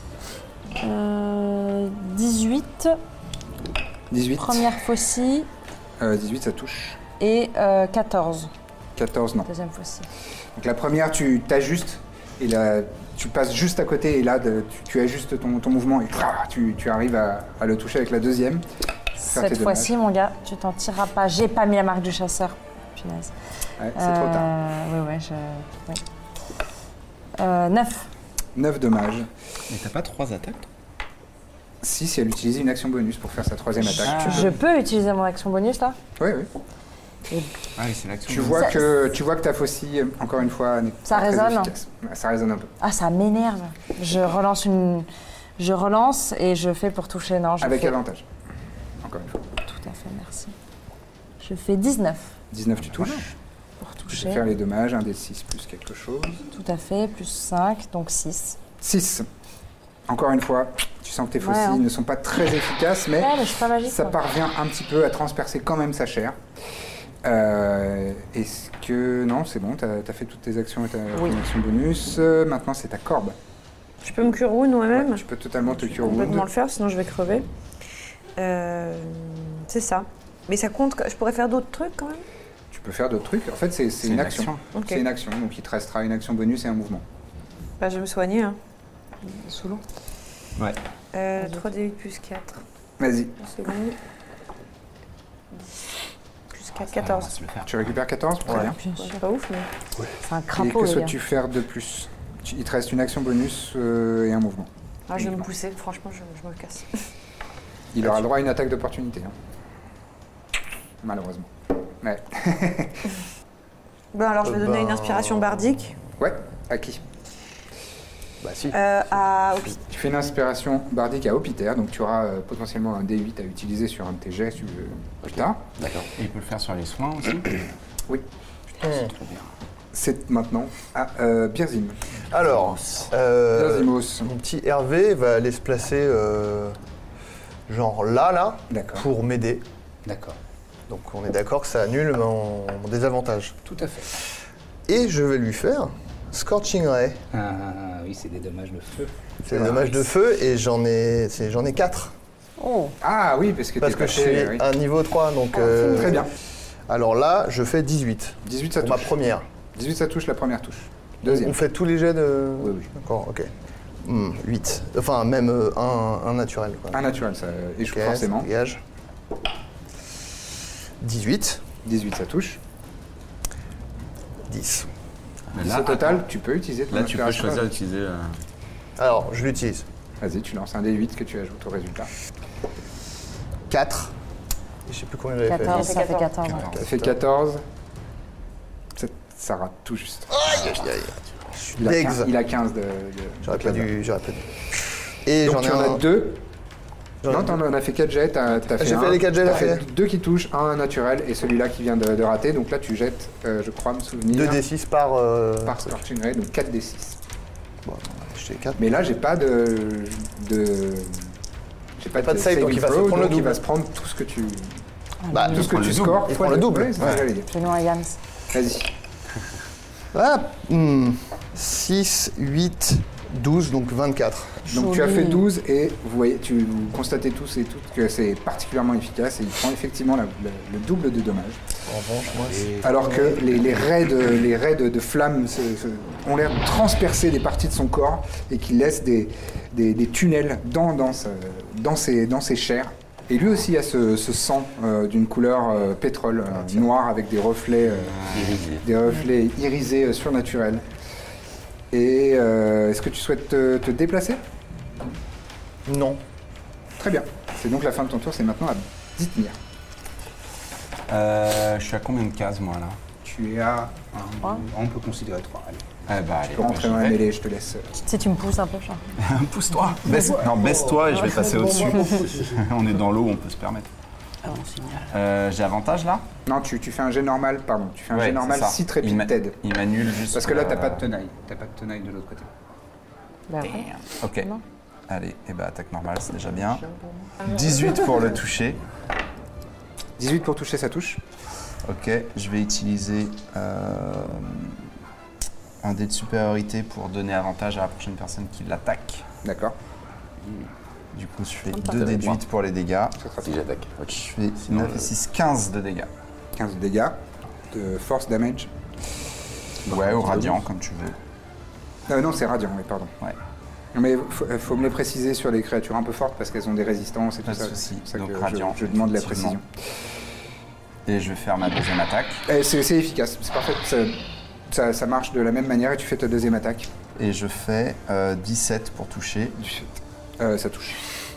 Euh, dix-huit, dix-huit. première faucille, Euh, dix-huit, ça touche. et euh, quatorze, quatorze, non. deuxième faucille. Donc la première, tu t'ajustes, et là, tu passes juste à côté, et là, de- tu, tu ajustes ton, ton mouvement, et ah, tu, tu arrives à, à le toucher avec la deuxième. Faire tes Cette dommages. fois-ci, mon gars, tu t'en tireras pas. J'ai pas mis la marque du chasseur. Punaise. Ouais, c'est trop tard. Euh, ouais, ouais, je. Ouais. Euh, neuf. neuf dommages. Mais t'as pas trois attaques? Si, si elle utilise une action bonus pour faire sa troisième attaque. Ah. tu peux. Je peux utiliser mon action bonus là? Oui, oui. Ah oui, c'est l'action. Tu vois, Ça- que, tu vois que ta faucille, encore une fois, n'est Ça pas très résonne efficace. Ouais, ça résonne un peu. Ah, ça m'énerve. Je relance une. Je relance et je fais pour toucher. Non, je Avec fais. avantage. Encore une fois. Tout à fait, merci. Je fais dix-neuf dix-neuf, tu touches. pour Tu peux toucher. faire les dommages, un des six plus quelque chose. Tout à fait, plus cinq, donc six. six. Encore une fois, tu sens que tes Ouais, faucilles hein. ne sont pas très efficaces, mais Ouais, mais je suis pas magique. ça quoi. parvient un petit peu à transpercer quand même sa chair. Euh, Est-ce que... Non, c'est bon, t'as as fait toutes tes actions et ta Oui. ton action bonus. Euh, maintenant, c'est ta corbe. Je peux me cure wound moi-même? Ouais, tu peux totalement te cure complètement wound. le faire, sinon je vais crever. Euh, c'est ça. Mais ça compte, que- je pourrais faire d'autres trucs quand même? Tu peux faire d'autres trucs. En fait, c'est c'est une une action. action. Ok. C'est une action, donc il te restera une action bonus et un mouvement. Bah, je vais me soigner. Hein. Sous l'eau. Ouais. Euh, trois d huit plus quatre. Vas-y, Une seconde. Plus quatre, On va quatorze. se le faire. tu récupères quatorze, très bien. Bien Ouais, sûr. c'est pas ouf, mais. C'est un Et crapaud, que les gars. souhaites-tu faire de plus? Tu- Il te reste une action bonus euh, et un mouvement. Ah, je vais me Uniquement. pousser, franchement, je, je me casse. Il aura le droit à une attaque d'opportunité. hein. Malheureusement. Ouais. Bon, alors je vais Euh, donner une ben, inspiration bardique Ouais, à qui? Bah si. euh, à Opi. Tu fais une inspiration bardique à Hopiter, donc tu auras euh, potentiellement un D huit à utiliser sur un de tes jets si tu veux, plus tard. D'accord. Et il peut le faire sur les soins aussi? Oui. C'est trop bien. C'est maintenant à euh, Birzim. Alors, euh, Birzimos. mon petit Hervé va aller se placer euh, genre là, là, D'accord. pour m'aider. D'accord. Donc on est d'accord que ça annule mon, mon désavantage. Tout à fait. Et je vais lui faire Scorching Ray. Ah oui, c'est des dommages de feu. C'est des dommages de feu et j'en ai, c'est- j'en ai quatre. Oh, Ah oui, parce que Parce t'es que je passé, suis oui. à niveau trois. Donc, euh, Très bien. Alors là, je fais dix-huit. dix-huit, ça Pour ma touche. première. dix-huit, ça touche la première touche. On Deuxième. fait tous les jets de... Oui, oui. D'accord, ok. Hmm, huit. Enfin, même euh, un, un naturel. Quoi. Un naturel, ça échoue Ok, forcément. ça dégage. dix-huit. dix-huit, ça touche. dix. Mais Là, au total, tu peux utiliser ton Là, tu peux inspiration. choisir d'utiliser. euh, Alors, je l'utilise. Vas-y, tu lances un dé huit que tu ajoutes au résultat. quatre. Et je sais plus combien j'avais fait. quatorze, ça fait quatorze. ouais. Ça fait quatorze. Ça, ça rate tout juste. Aïe, aïe, aïe. Je suis Il a, legs. quinze, il a quinze de. de- J'aurais de pas classe. dû, j'aurais pas dû. Et Donc j'en ai tu en un... as deux. j'en ai Non, un- t'en en as fait quatre jets. T'as, t'as fait j'ai un, fait les quatre jets, t'as là, fait fait. deux qui touchent, un naturel et celui-là qui vient de, de rater. Donc là, tu jettes, euh, je crois me souvenir, deux d six par... Euh... par Scorching Ray, donc quatre d six. Bon, je fais quatre. Mais là, j'ai pas de. de j'ai pas, Pas de save, donc saving il va se throw, prendre le donc il double. va se prendre tout ce que tu, Bah, tout ce que prend tu le double. scores. Il fois prend le double. Ouais, c'est ce que Ouais. j'allais dire. Fais-nous un Yams. Vas-y. Ah, hmm, six, huit, douze, donc vingt-quatre. Donc tu as Joli. fait douze et vous voyez, tu vous constatez tous et toutes que c'est particulièrement efficace et il prend effectivement la- la- le double de dommages. En revanche, moi, c'est... Alors que les, les raies de, les raies de, de flammes se- se- ont l'air de transpercer des parties de son corps et qui laissent des, des- des tunnels dans, dans, ce- dans, ses, dans ses chairs. Et lui aussi a ce, ce sang euh, d'une couleur euh, pétrole, euh, noir avec des reflets, euh, irisé. des reflets irisés euh, surnaturels. Et euh, est-ce que tu souhaites te, te déplacer? Non. Très bien. C'est donc la fin de ton tour, c'est maintenant à Dithmir. Euh, je suis à combien de cases, moi, là? Tu es à. un, Trois. deux, on peut considérer trois. Allez. Eh bah, allez, Tu peux rentrer dans j'y la vais. mêlée, je te laisse. euh, Si tu me pousses un peu, Charles. Pousse-toi. Baisse, non, baisse-toi et je vais passer au-dessus. On est dans l'eau, on peut se permettre. Euh, J'ai avantage, là? Non, tu, tu fais un jet normal, pardon. Tu fais un Ouais, jet c'est normal ça. si Il trépide m'a- t'aide. Il m'annule juste... Parce que là, t'as euh, pas de tenaille. T'as pas de tenaille de l'autre côté. Bah, ouais. Ok. Non. Allez, et bah attaque normale, c'est déjà bien. dix-huit pour le toucher. dix-huit pour toucher, ça touche. Ok, je vais utiliser euh, un dé de supériorité pour donner avantage à la prochaine personne qui l'attaque. D'accord. Du coup, je fais deux dés de huit pour les dégâts. Ça sera Si j'attaque. Ok. Je fais neuf et six, quinze de dégâts. quinze de dégâts. De force damage. Ouais, ou radiant, comme tu veux. Euh, non, c'est radiant, oui, pardon. Ouais. Mais faut, euh, faut me les préciser sur les créatures un peu fortes parce qu'elles ont des résistances et Pas tout de ça. souci. C'est pour ça Donc, que radiant, je, je demande la effectivement. précision. Et je vais faire ma deuxième attaque. Et c'est c'est efficace, c'est parfait. Ça, ça, ça marche de la même manière et tu fais ta deuxième attaque. Et je fais euh, dix-sept pour toucher. Euh, ça touche.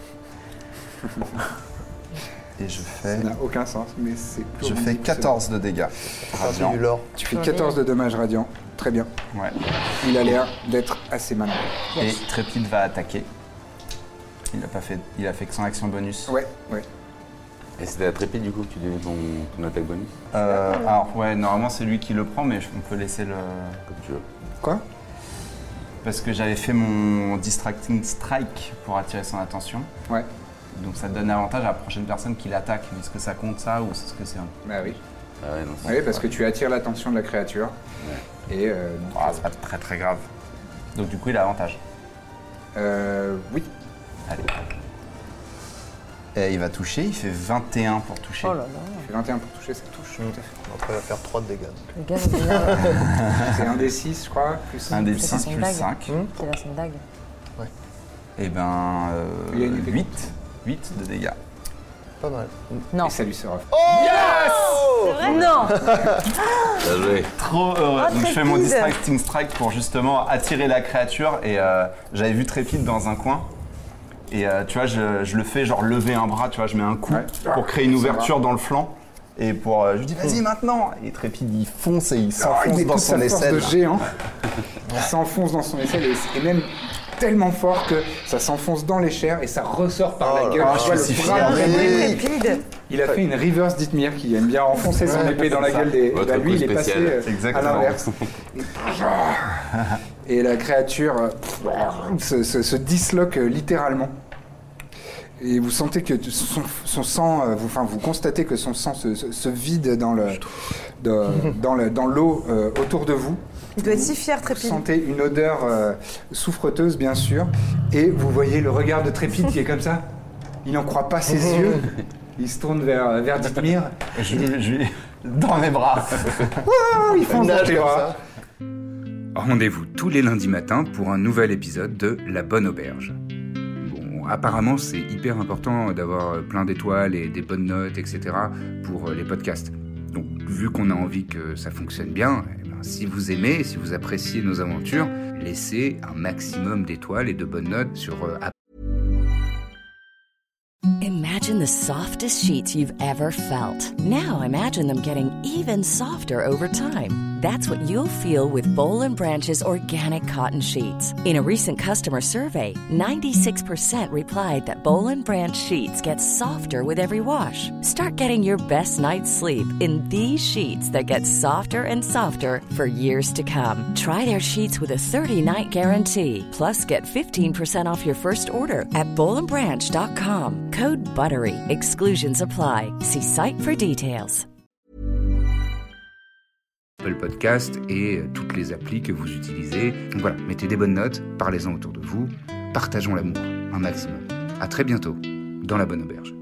Et je fais, Ça n'a aucun sens, mais c'est plus je fais horrible, quatorze de dégâts. C'est Radiant. du lore. c'est- Tu fais quatorze de dommages radiants. Très bien. Ouais. Il a l'air d'être assez malin. Et Trépide va attaquer. Il a pas fait, il a fait que son action bonus. Ouais, ouais. Et c'était à trépide du coup que tu donnais ton, ton attaque bonus? Euh, alors ouais, normalement c'est lui qui le prend, mais on peut laisser le. Comme tu veux. Quoi? Parce que j'avais fait mon distracting strike pour attirer son attention. Ouais. Donc ça donne avantage à la prochaine personne qui l'attaque. Est-ce que ça compte ça ou est-ce que c'est un. Bah oui. Ah ouais, non, c'est Oui, parce que tu attires l'attention de la créature. Et euh, donc, Ah, c'est pas très très grave. Donc du coup il a avantage. euh, oui. Allez. Et il va toucher, il fait vingt et un pour toucher. Oh là là. Tu fais vingt et un pour toucher, ça touche. Tout à fait. Après, il va faire trois de dégâts. Le gars va devenir. C'est un des six, je crois, plus Un des C'est six son plus dague. cinq. C'est là, c'est une dague. Et ben euh, Il y a une épée. huit. huit de dégâts. Pas mal. Non. Et ça lui sera. Non. Bien joué. Trop heureux. Ah, Donc je fais mon Trépide. distracting strike pour justement attirer la créature et euh, j'avais vu Trépide dans un coin. Et euh, tu vois, je, je le fais genre lever un bras, tu vois, je mets un coup Ouais. pour créer une Ça ouverture dans le flanc. Et pour, euh, je lui dis vas-y maintenant. Et Trépide il fonce et il Oh, il s'enfonce met dans toute son sa force aisselle. de géant. Il s'enfonce dans son aisselle et, et même tellement fort que ça s'enfonce dans les chairs et ça ressort par Oh la là gueule. là, Tu je vois, suis le si bras fier. dans la Oui. gueule. Trépide. Il a fait une reverse Dithmir qui aime bien enfoncer son épée dans la gueule des. Votre Bah, lui, il est coup passé spécial. euh, à Exactement. l'inverse. Et, et la créature euh, se, se- se disloque euh, littéralement. Et vous sentez que son, son sang, euh, vous, enfin, vous constatez que son sang se, se, se vide dans, le, de, dans, le, dans l'eau euh, autour de vous. Il doit être si fier, Trépide. Vous sentez une odeur euh, souffreteuse, bien sûr, et vous voyez le regard de Trépide qui est comme ça. Il n'en croit pas ses yeux. Il se tourne vers, vers Dithmir. Je, je lui dans mes bras. Oh, il fonce dans tes bras. Rendez-vous tous les lundis matins pour un nouvel épisode de La Bonne Auberge. Bon, apparemment, c'est hyper important d'avoir plein d'étoiles et des bonnes notes, et cetera pour les podcasts. Donc, vu qu'on a envie que ça fonctionne bien, eh ben, si vous aimez, si vous appréciez nos aventures, laissez un maximum d'étoiles et de bonnes notes sur Apple. Imagine the softest sheets you've ever felt. Now imagine them getting even softer over time. That's what you'll feel with Boll and Branch's organic cotton sheets. In a recent customer survey, ninety-six percent replied that Boll and Branch sheets get softer with every wash. Start getting your best night's sleep in these sheets that get softer and softer for years to come. Try their sheets with a thirty-night guarantee. Plus, get fifteen percent off your first order at boll and branch dot com. Code BUTTERY. Exclusions apply. See site for details. Apple Podcast et toutes les applis que vous utilisez. Donc voilà, mettez des bonnes notes, parlez-en autour de vous, partageons l'amour un maximum. À très bientôt dans La Bonne Auberge.